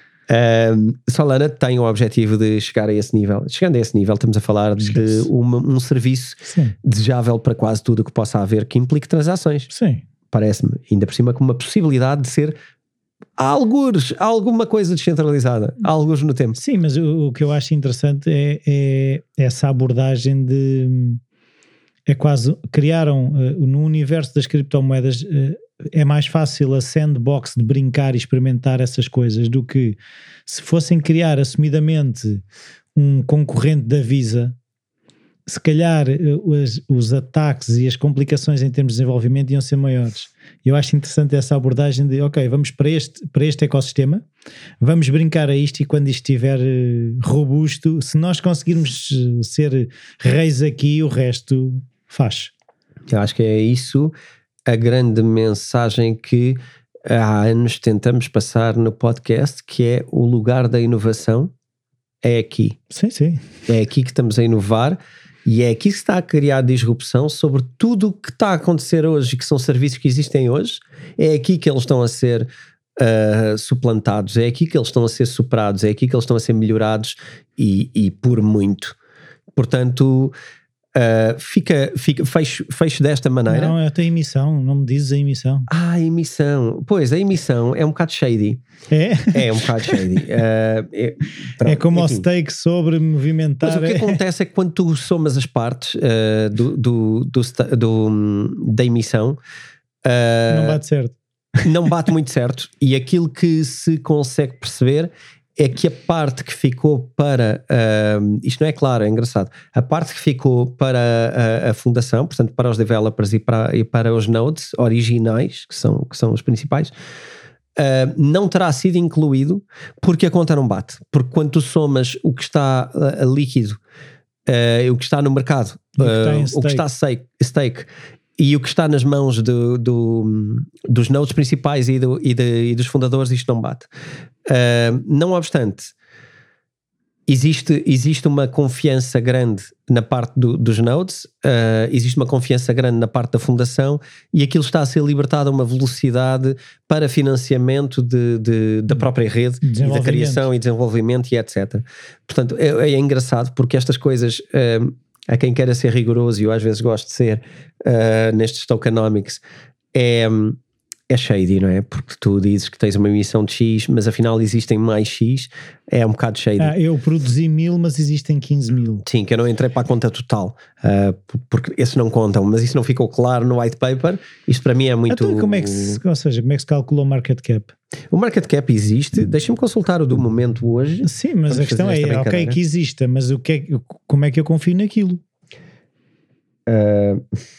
Speaker 4: Um, Solana tem o objetivo de chegar a esse nível. Chegando a esse nível, estamos a falar de uma, um serviço
Speaker 3: Sim.
Speaker 4: desejável para quase tudo o que possa haver que implique transações.
Speaker 3: Sim.
Speaker 4: Parece-me, ainda por cima com uma possibilidade de ser algures, alguma coisa descentralizada, algures no tempo.
Speaker 3: Sim, mas o, o que eu acho interessante é, é essa abordagem de... É quase... Criaram uh, no universo das criptomoedas... Uh, é mais fácil a sandbox de brincar e experimentar essas coisas do que se fossem criar assumidamente um concorrente da Visa, se calhar os, os ataques e as complicações em termos de desenvolvimento iam ser maiores. Eu acho interessante essa abordagem de ok, vamos para este, para este ecossistema, vamos brincar a isto e quando isto estiver robusto, se nós conseguirmos ser reis aqui, o resto faz.
Speaker 4: Eu acho que é isso a grande mensagem que há anos tentamos passar no podcast, que é o lugar da inovação é aqui.
Speaker 3: Sim, sim.
Speaker 4: É aqui que estamos a inovar e é aqui que se está a criar disrupção sobre tudo o que está a acontecer hoje e que são serviços que existem hoje. É aqui que eles estão a ser uh, suplantados, é aqui que eles estão a ser superados, é aqui que eles estão a ser melhorados e, e por muito. Portanto... Uh, fica, fica fecho, fecho desta maneira.
Speaker 3: Não, é até a emissão, não me dizes a emissão.
Speaker 4: Ah, a emissão. Pois, a emissão é um bocado shady.
Speaker 3: É?
Speaker 4: É um bocado shady. Uh, é, pronto,
Speaker 3: é como
Speaker 4: enfim.
Speaker 3: o stake sobre movimentar.
Speaker 4: Mas o que
Speaker 3: é...
Speaker 4: acontece é que quando tu somas as partes uh, do, do, do, do, da emissão, uh,
Speaker 3: não bate certo.
Speaker 4: Não bate muito certo. E aquilo que se consegue perceber é que a parte que ficou para, uh, isto não é claro, é engraçado, a parte que ficou para a, a fundação, portanto para os developers e para, e para os nodes originais, que são, que são os principais, uh, não terá sido incluído porque a conta não bate. Porque quando tu somas o que está uh, líquido, uh, o que está no mercado,
Speaker 3: o que está,
Speaker 4: uh, o que está stake, stake e o que está nas mãos do, do, dos nodes principais e, do, e, de, e dos fundadores, isto não bate. Uh, não obstante, existe, existe uma confiança grande na parte do, dos nodes, uh, existe uma confiança grande na parte da fundação e aquilo está a ser libertado a uma velocidade para financiamento de, de, da própria rede e da criação e desenvolvimento e etcétera. Portanto, é, é engraçado porque estas coisas... Uh, a quem queira ser rigoroso, e eu às vezes gosto de ser uh, nestes tokenomics, é, é shady, não é? Porque tu dizes que tens uma emissão de X, mas afinal existem mais X, é um bocado shady.
Speaker 3: Ah, eu produzi mil, mas existem quinze mil.
Speaker 4: Sim, que eu não entrei para a conta total, uh, porque esses não contam, mas isso não ficou claro no white paper. Isto para mim é muito...
Speaker 3: Então, como é que se, ou seja, como é que se calcula o market cap?
Speaker 4: O market cap existe, deixa-me consultar o do momento hoje.
Speaker 3: Sim, mas
Speaker 4: Vamos
Speaker 3: a questão é, ok que exista, mas o que é, como é que eu confio naquilo?
Speaker 4: Uh...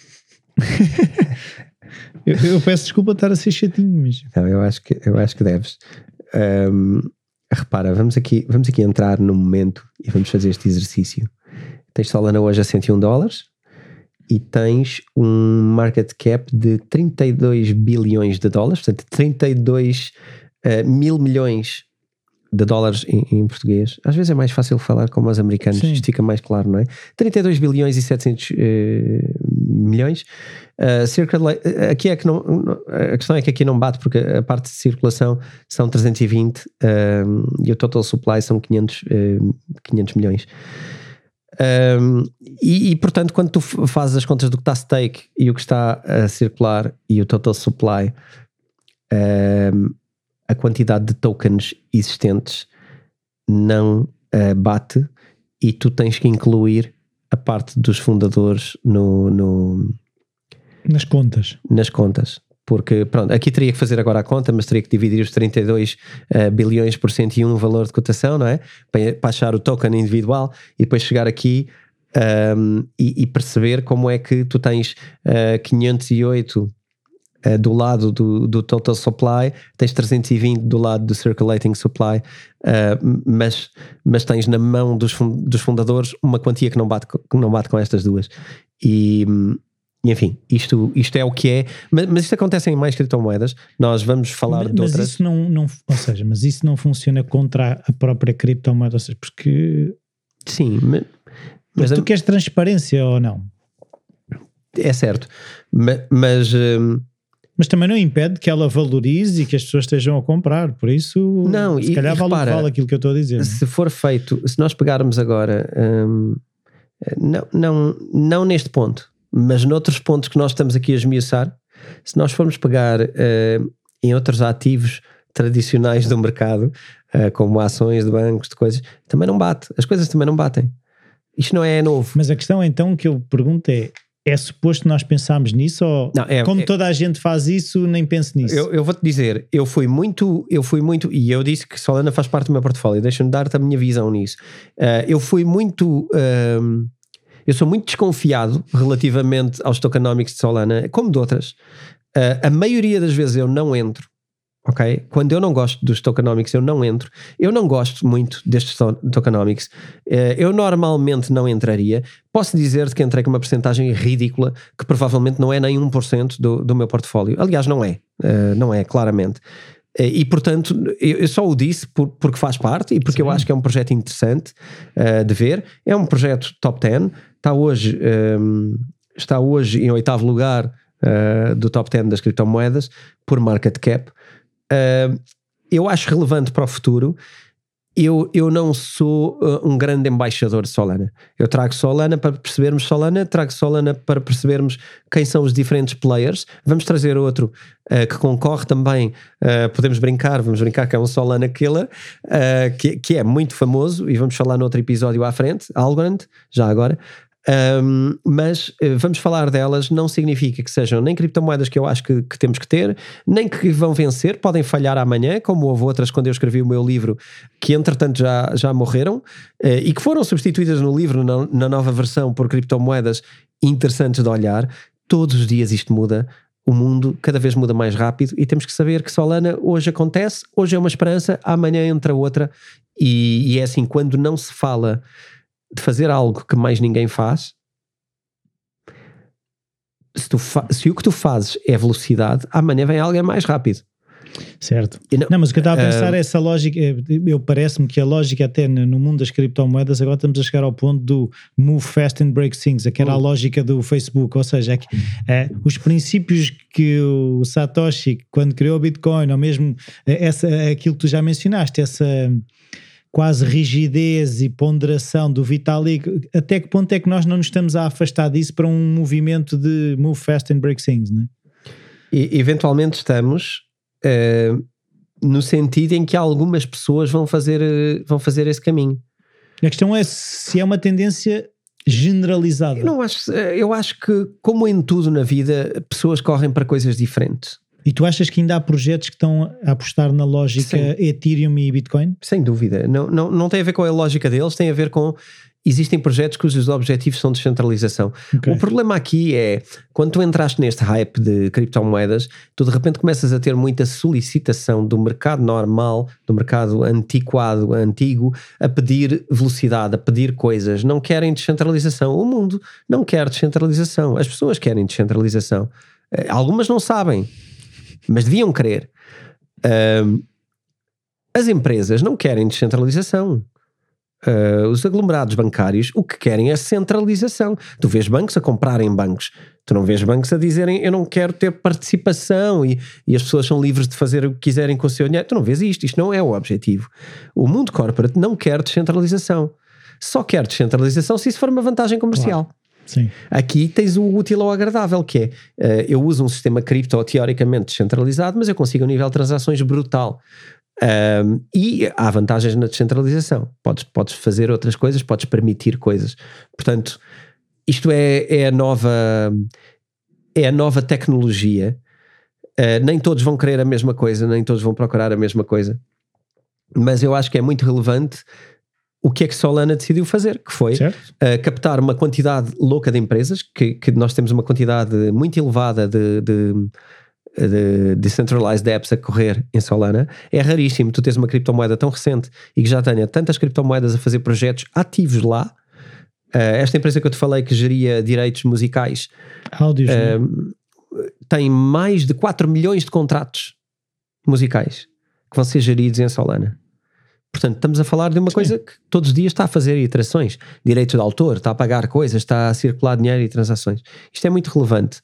Speaker 3: eu, eu peço desculpa de estar a ser chatinho, mas...
Speaker 4: Não, eu acho que, eu acho que deves. Um, repara, vamos aqui, vamos aqui entrar no momento e vamos fazer este exercício. Tens Solana hoje a cento e um dólares e tens um market cap de trinta e dois bilhões de dólares, portanto trinta e dois uh, mil milhões de dólares em, em português. Às vezes é mais fácil falar como os americanos, isto fica mais claro, não é? trinta e dois bilhões e setecentos uh, milhões. Uh, circula- aqui é que não, a questão é que aqui não bate, porque a parte de circulação são trezentos e vinte uh, e o total supply são quinhentos, uh, quinhentos milhões. Um, e, e portanto, quando tu fazes as contas do que está stake e o que está a circular e o total supply, um, a quantidade de tokens existentes não uh, bate, e tu tens que incluir a parte dos fundadores no, no,
Speaker 3: nas contas.
Speaker 4: nas contas. Porque, pronto, aqui teria que fazer agora a conta, mas teria que dividir os trinta e dois uh, bilhões por cento e um valor de cotação, não é? Para, para achar o token individual e depois chegar aqui um, e, e perceber como é que tu tens uh, quinhentos e oito uh, do lado do, do total supply, tens trezentos e vinte do lado do circulating supply, uh, mas, mas tens na mão dos, fund, dos fundadores uma quantia que não bate, que não bate com estas duas. E... E enfim, isto, isto é o que é, mas, mas isto acontece em mais criptomoedas. Nós vamos falar
Speaker 3: mas,
Speaker 4: de outras.
Speaker 3: Mas isso não, não, ou seja, mas isso não funciona contra a própria criptomoeda, ou seja, porque
Speaker 4: sim, mas,
Speaker 3: mas tu a... queres transparência ou não?
Speaker 4: É certo, mas, mas, hum...
Speaker 3: mas também não impede que ela valorize e que as pessoas estejam a comprar, por isso
Speaker 4: não,
Speaker 3: se calhar
Speaker 4: e,
Speaker 3: vale,
Speaker 4: repara,
Speaker 3: vale aquilo que eu estou a dizer.
Speaker 4: Se não? For feito, se nós pegarmos agora, hum, não, não, não neste ponto, mas noutros pontos que nós estamos aqui a esmiuçar, se nós formos pegar uh, em outros ativos tradicionais do mercado, uh, como ações de bancos, de coisas, também não bate. As coisas também não batem. Isto não é novo.
Speaker 3: Mas a questão então que eu pergunto é, é suposto nós pensarmos nisso ou não, é, como é, toda a gente faz isso, nem penso nisso?
Speaker 4: Eu, eu vou-te dizer, eu fui muito, eu fui muito, e eu disse que Solana faz parte do meu portfólio, deixa-me dar-te a minha visão nisso. Uh, eu fui muito... Uh, Eu sou muito desconfiado relativamente aos tokenomics de Solana, como de outras. Uh, a maioria das vezes eu não entro, ok? Quando eu não gosto dos tokenomics, eu não entro. Eu não gosto muito destes to- tokenomics. Uh, eu normalmente não entraria. Posso dizer-te que entrei com uma percentagem ridícula, que provavelmente não é nem um por cento do, do meu portfólio. Aliás, não é. Uh, não é, claramente. E portanto eu só o disse por, porque faz parte e porque Sim. eu acho que é um projeto interessante uh, de ver. É um projeto top dez, está hoje, um, está hoje em oitavo lugar uh, do top dez das criptomoedas por market cap. Uh, eu acho relevante para o futuro. Eu, eu não sou uh, um grande embaixador de Solana. Eu trago Solana para percebermos Solana, trago Solana para percebermos quem são os diferentes players. Vamos trazer outro uh, que concorre também, uh, podemos brincar, vamos brincar que é um Solana Killer, uh, que, que é muito famoso e vamos falar noutro episódio à frente, Algorand, já agora. Um, mas uh, vamos falar delas, não significa que sejam nem criptomoedas que eu acho que, que temos que ter, nem que vão vencer, podem falhar amanhã, como houve outras quando eu escrevi o meu livro que entretanto já, já morreram uh, e que foram substituídas no livro, na, na nova versão, por criptomoedas interessantes de olhar. Todos os dias isto muda, o mundo cada vez muda mais rápido e temos que saber que Solana hoje acontece, hoje é uma esperança, amanhã entra outra e, e é assim, quando não se fala de fazer algo que mais ninguém faz, se, tu fa- se o que tu fazes é velocidade, amanhã vem alguém mais rápido.
Speaker 3: Certo. Não, não, mas o que eu estava a pensar uh, é essa lógica, eu parece-me que a lógica até no mundo das criptomoedas, agora estamos a chegar ao ponto do move fast and break things, que era a lógica do Facebook, ou seja, é que, uh, os princípios que o Satoshi, quando criou o Bitcoin, ou mesmo essa, aquilo que tu já mencionaste, essa quase rigidez e ponderação do Vitalik, até que ponto é que nós não nos estamos a afastar disso para um movimento de move fast and break things, não é?
Speaker 4: E, eventualmente estamos uh, no sentido em que algumas pessoas vão fazer, uh, vão fazer esse caminho.
Speaker 3: A questão é se é uma tendência generalizada.
Speaker 4: Eu, não acho, eu acho que, como em tudo na vida, pessoas correm para coisas diferentes.
Speaker 3: E tu achas que ainda há projetos que estão a apostar na lógica Sim. Ethereum e Bitcoin?
Speaker 4: Sem dúvida. Não, não, não tem a ver com a lógica deles, tem a ver com... Existem projetos cujos objetivos são descentralização. Okay. O problema aqui é, quando tu entraste neste hype de criptomoedas, tu de repente começas a ter muita solicitação do mercado normal, do mercado antiquado, antigo, a pedir velocidade, a pedir coisas. Não querem descentralização. O mundo não quer descentralização. As pessoas querem descentralização. Algumas não sabem, mas deviam querer. Um, as empresas não querem descentralização. Uh, os aglomerados bancários o que querem é centralização. Tu vês bancos a comprarem bancos, tu não vês bancos a dizerem eu não quero ter participação e, e as pessoas são livres de fazer o que quiserem com o seu dinheiro. Tu não vês isto, isto não é o objetivo. O mundo corporate não quer descentralização, só quer descentralização se isso for uma vantagem comercial.
Speaker 3: Claro. Sim.
Speaker 4: Aqui tens o útil ou agradável, que é uh, eu uso um sistema cripto teoricamente descentralizado, mas eu consigo um nível de transações brutal. Um, e há vantagens na descentralização, podes, podes fazer outras coisas, podes permitir coisas, portanto isto é, é, a, nova, é a nova tecnologia. Uh, nem todos vão querer a mesma coisa, nem todos vão procurar a mesma coisa, mas eu acho que é muito relevante o que é que Solana decidiu fazer, que foi uh, captar uma quantidade louca de empresas, que, que nós temos uma quantidade muito elevada de, de de decentralized apps a correr em Solana. É raríssimo tu tens uma criptomoeda tão recente e que já tenha tantas criptomoedas a fazer projetos ativos lá. Uh, esta empresa que eu te falei que geria direitos musicais
Speaker 3: áudios,
Speaker 4: uh, tem mais de quatro milhões de contratos musicais que vão ser geridos em Solana. Portanto, estamos a falar de uma Sim. coisa que todos os dias está a fazer iterações, direitos de autor, está a pagar coisas, está a circular dinheiro e transações. Isto é muito relevante.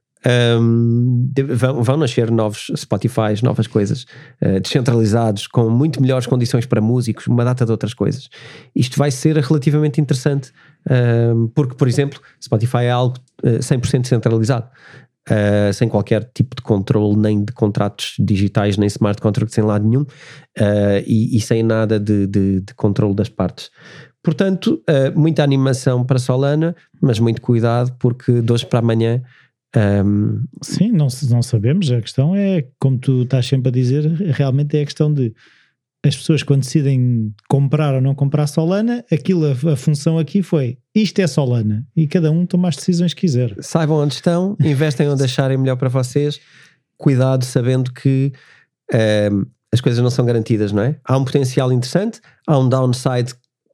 Speaker 4: Um, vão, vão nascer novos Spotify, novas coisas uh, descentralizados, com muito melhores condições para músicos, uma data de outras coisas. Isto vai ser relativamente interessante, um, porque, por exemplo, Spotify é algo uh, cem por cento centralizado, uh, sem qualquer tipo de controle, nem de contratos digitais, nem smart contracts em lado nenhum, uh, e, e sem nada de, de, de controle das partes. Portanto, uh, muita animação para Solana, mas muito cuidado, porque de hoje para amanhã Um,
Speaker 3: Sim, não, não sabemos. A questão é, como tu estás sempre a dizer, realmente é a questão de as pessoas quando decidem comprar ou não comprar Solana, aquilo, a, a função aqui foi isto é Solana e cada um toma as decisões que quiser.
Speaker 4: Saibam onde estão, investem onde acharem melhor para vocês, cuidado sabendo que um, as coisas não são garantidas, não é? Há um potencial interessante, há um downside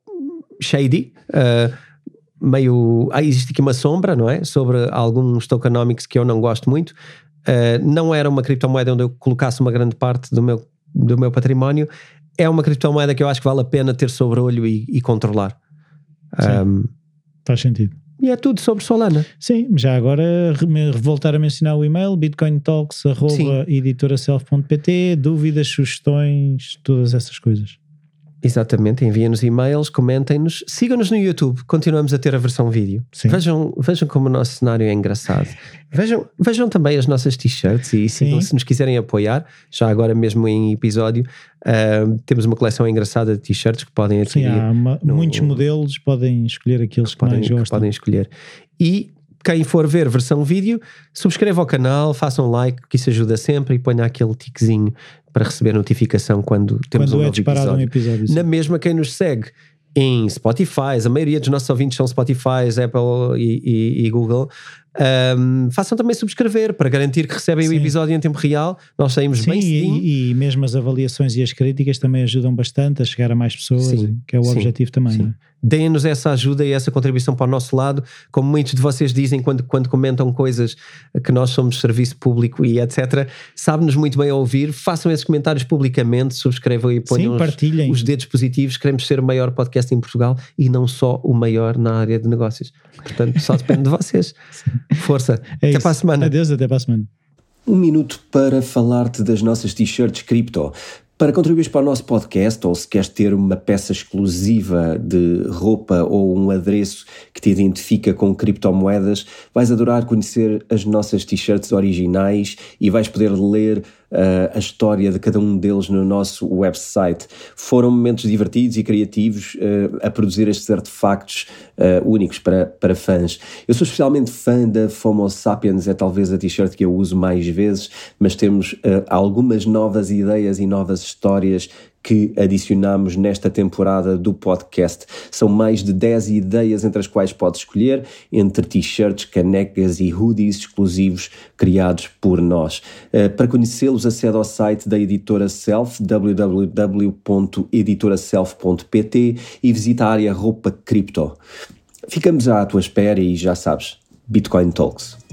Speaker 4: shady, uh, meio, ah, existe aqui uma sombra, não é? Sobre alguns tokenomics que eu não gosto muito. Uh, não era uma criptomoeda onde eu colocasse uma grande parte do meu, do meu património. É uma criptomoeda que eu acho que vale a pena ter sobre olho e, e controlar. Um,
Speaker 3: faz sentido.
Speaker 4: E é tudo sobre Solana.
Speaker 3: Sim, já agora voltar a mencionar o e-mail bitcointalks arroba editoraself ponto pt, dúvidas, sugestões, todas essas coisas.
Speaker 4: Exatamente, enviem-nos e-mails, comentem-nos, sigam-nos no YouTube, continuamos a ter a versão vídeo. Vejam, vejam como o nosso cenário é engraçado. Vejam, vejam também as nossas t-shirts e sigam se nos quiserem apoiar, já agora mesmo em episódio, uh, temos uma coleção engraçada de t-shirts que podem adquirir.
Speaker 3: Sim, há uma, no, muitos modelos, podem escolher aqueles que, que podem, mais gostam.
Speaker 4: Que podem escolher. E quem for ver versão vídeo, subscreva o canal, façam um like, que isso ajuda sempre, e ponha aquele tiquezinho para receber notificação quando temos quando um é novo episódio. Um episódio Na mesma, quem nos segue em Spotify, a maioria dos nossos ouvintes são Spotify, Apple e, e, e Google, um, façam também subscrever para garantir que recebem Sim. o episódio em tempo real. Nós saímos
Speaker 3: Sim,
Speaker 4: bem cedinho.
Speaker 3: E, e mesmo as avaliações e as críticas também ajudam bastante a chegar a mais pessoas, Sim. que é o Sim. objetivo também. Não é?
Speaker 4: Deem-nos essa ajuda e essa contribuição para o nosso lado, como muitos de vocês dizem quando, quando comentam coisas que nós somos serviço público e etcétera. Sabe-nos muito bem a ouvir, façam esses comentários publicamente, subscrevam e ponham Sim,
Speaker 3: partilhem.
Speaker 4: Os, os dedos positivos. Queremos ser o maior podcast em Portugal e não só o maior na área de negócios. Portanto, só depende de vocês. Força.
Speaker 3: É
Speaker 4: até
Speaker 3: isso.
Speaker 4: para a semana.
Speaker 3: Adeus, até para a semana.
Speaker 2: Um minuto para falar-te das nossas t-shirts cripto. Para contribuir para o nosso podcast, ou se queres ter uma peça exclusiva de roupa ou um adereço que te identifica com criptomoedas, vais adorar conhecer as nossas t-shirts originais e vais poder ler uh, a história de cada um deles no nosso website. Foram momentos divertidos e criativos uh, a produzir estes artefactos uh, únicos para, para fãs. Eu sou especialmente fã da FOMO Sapiens, é talvez a t-shirt que eu uso mais vezes, mas temos uh, algumas novas ideias e novas histórias que adicionamos nesta temporada do podcast. São mais de dez ideias entre as quais podes escolher, entre t-shirts, canecas e hoodies exclusivos criados por nós. Uh, para conhecê-los, acede ao site da Editora Self, w w w ponto editora self ponto p t, e visita a área roupa cripto. Ficamos à tua espera e já sabes, Bitcoin Talks.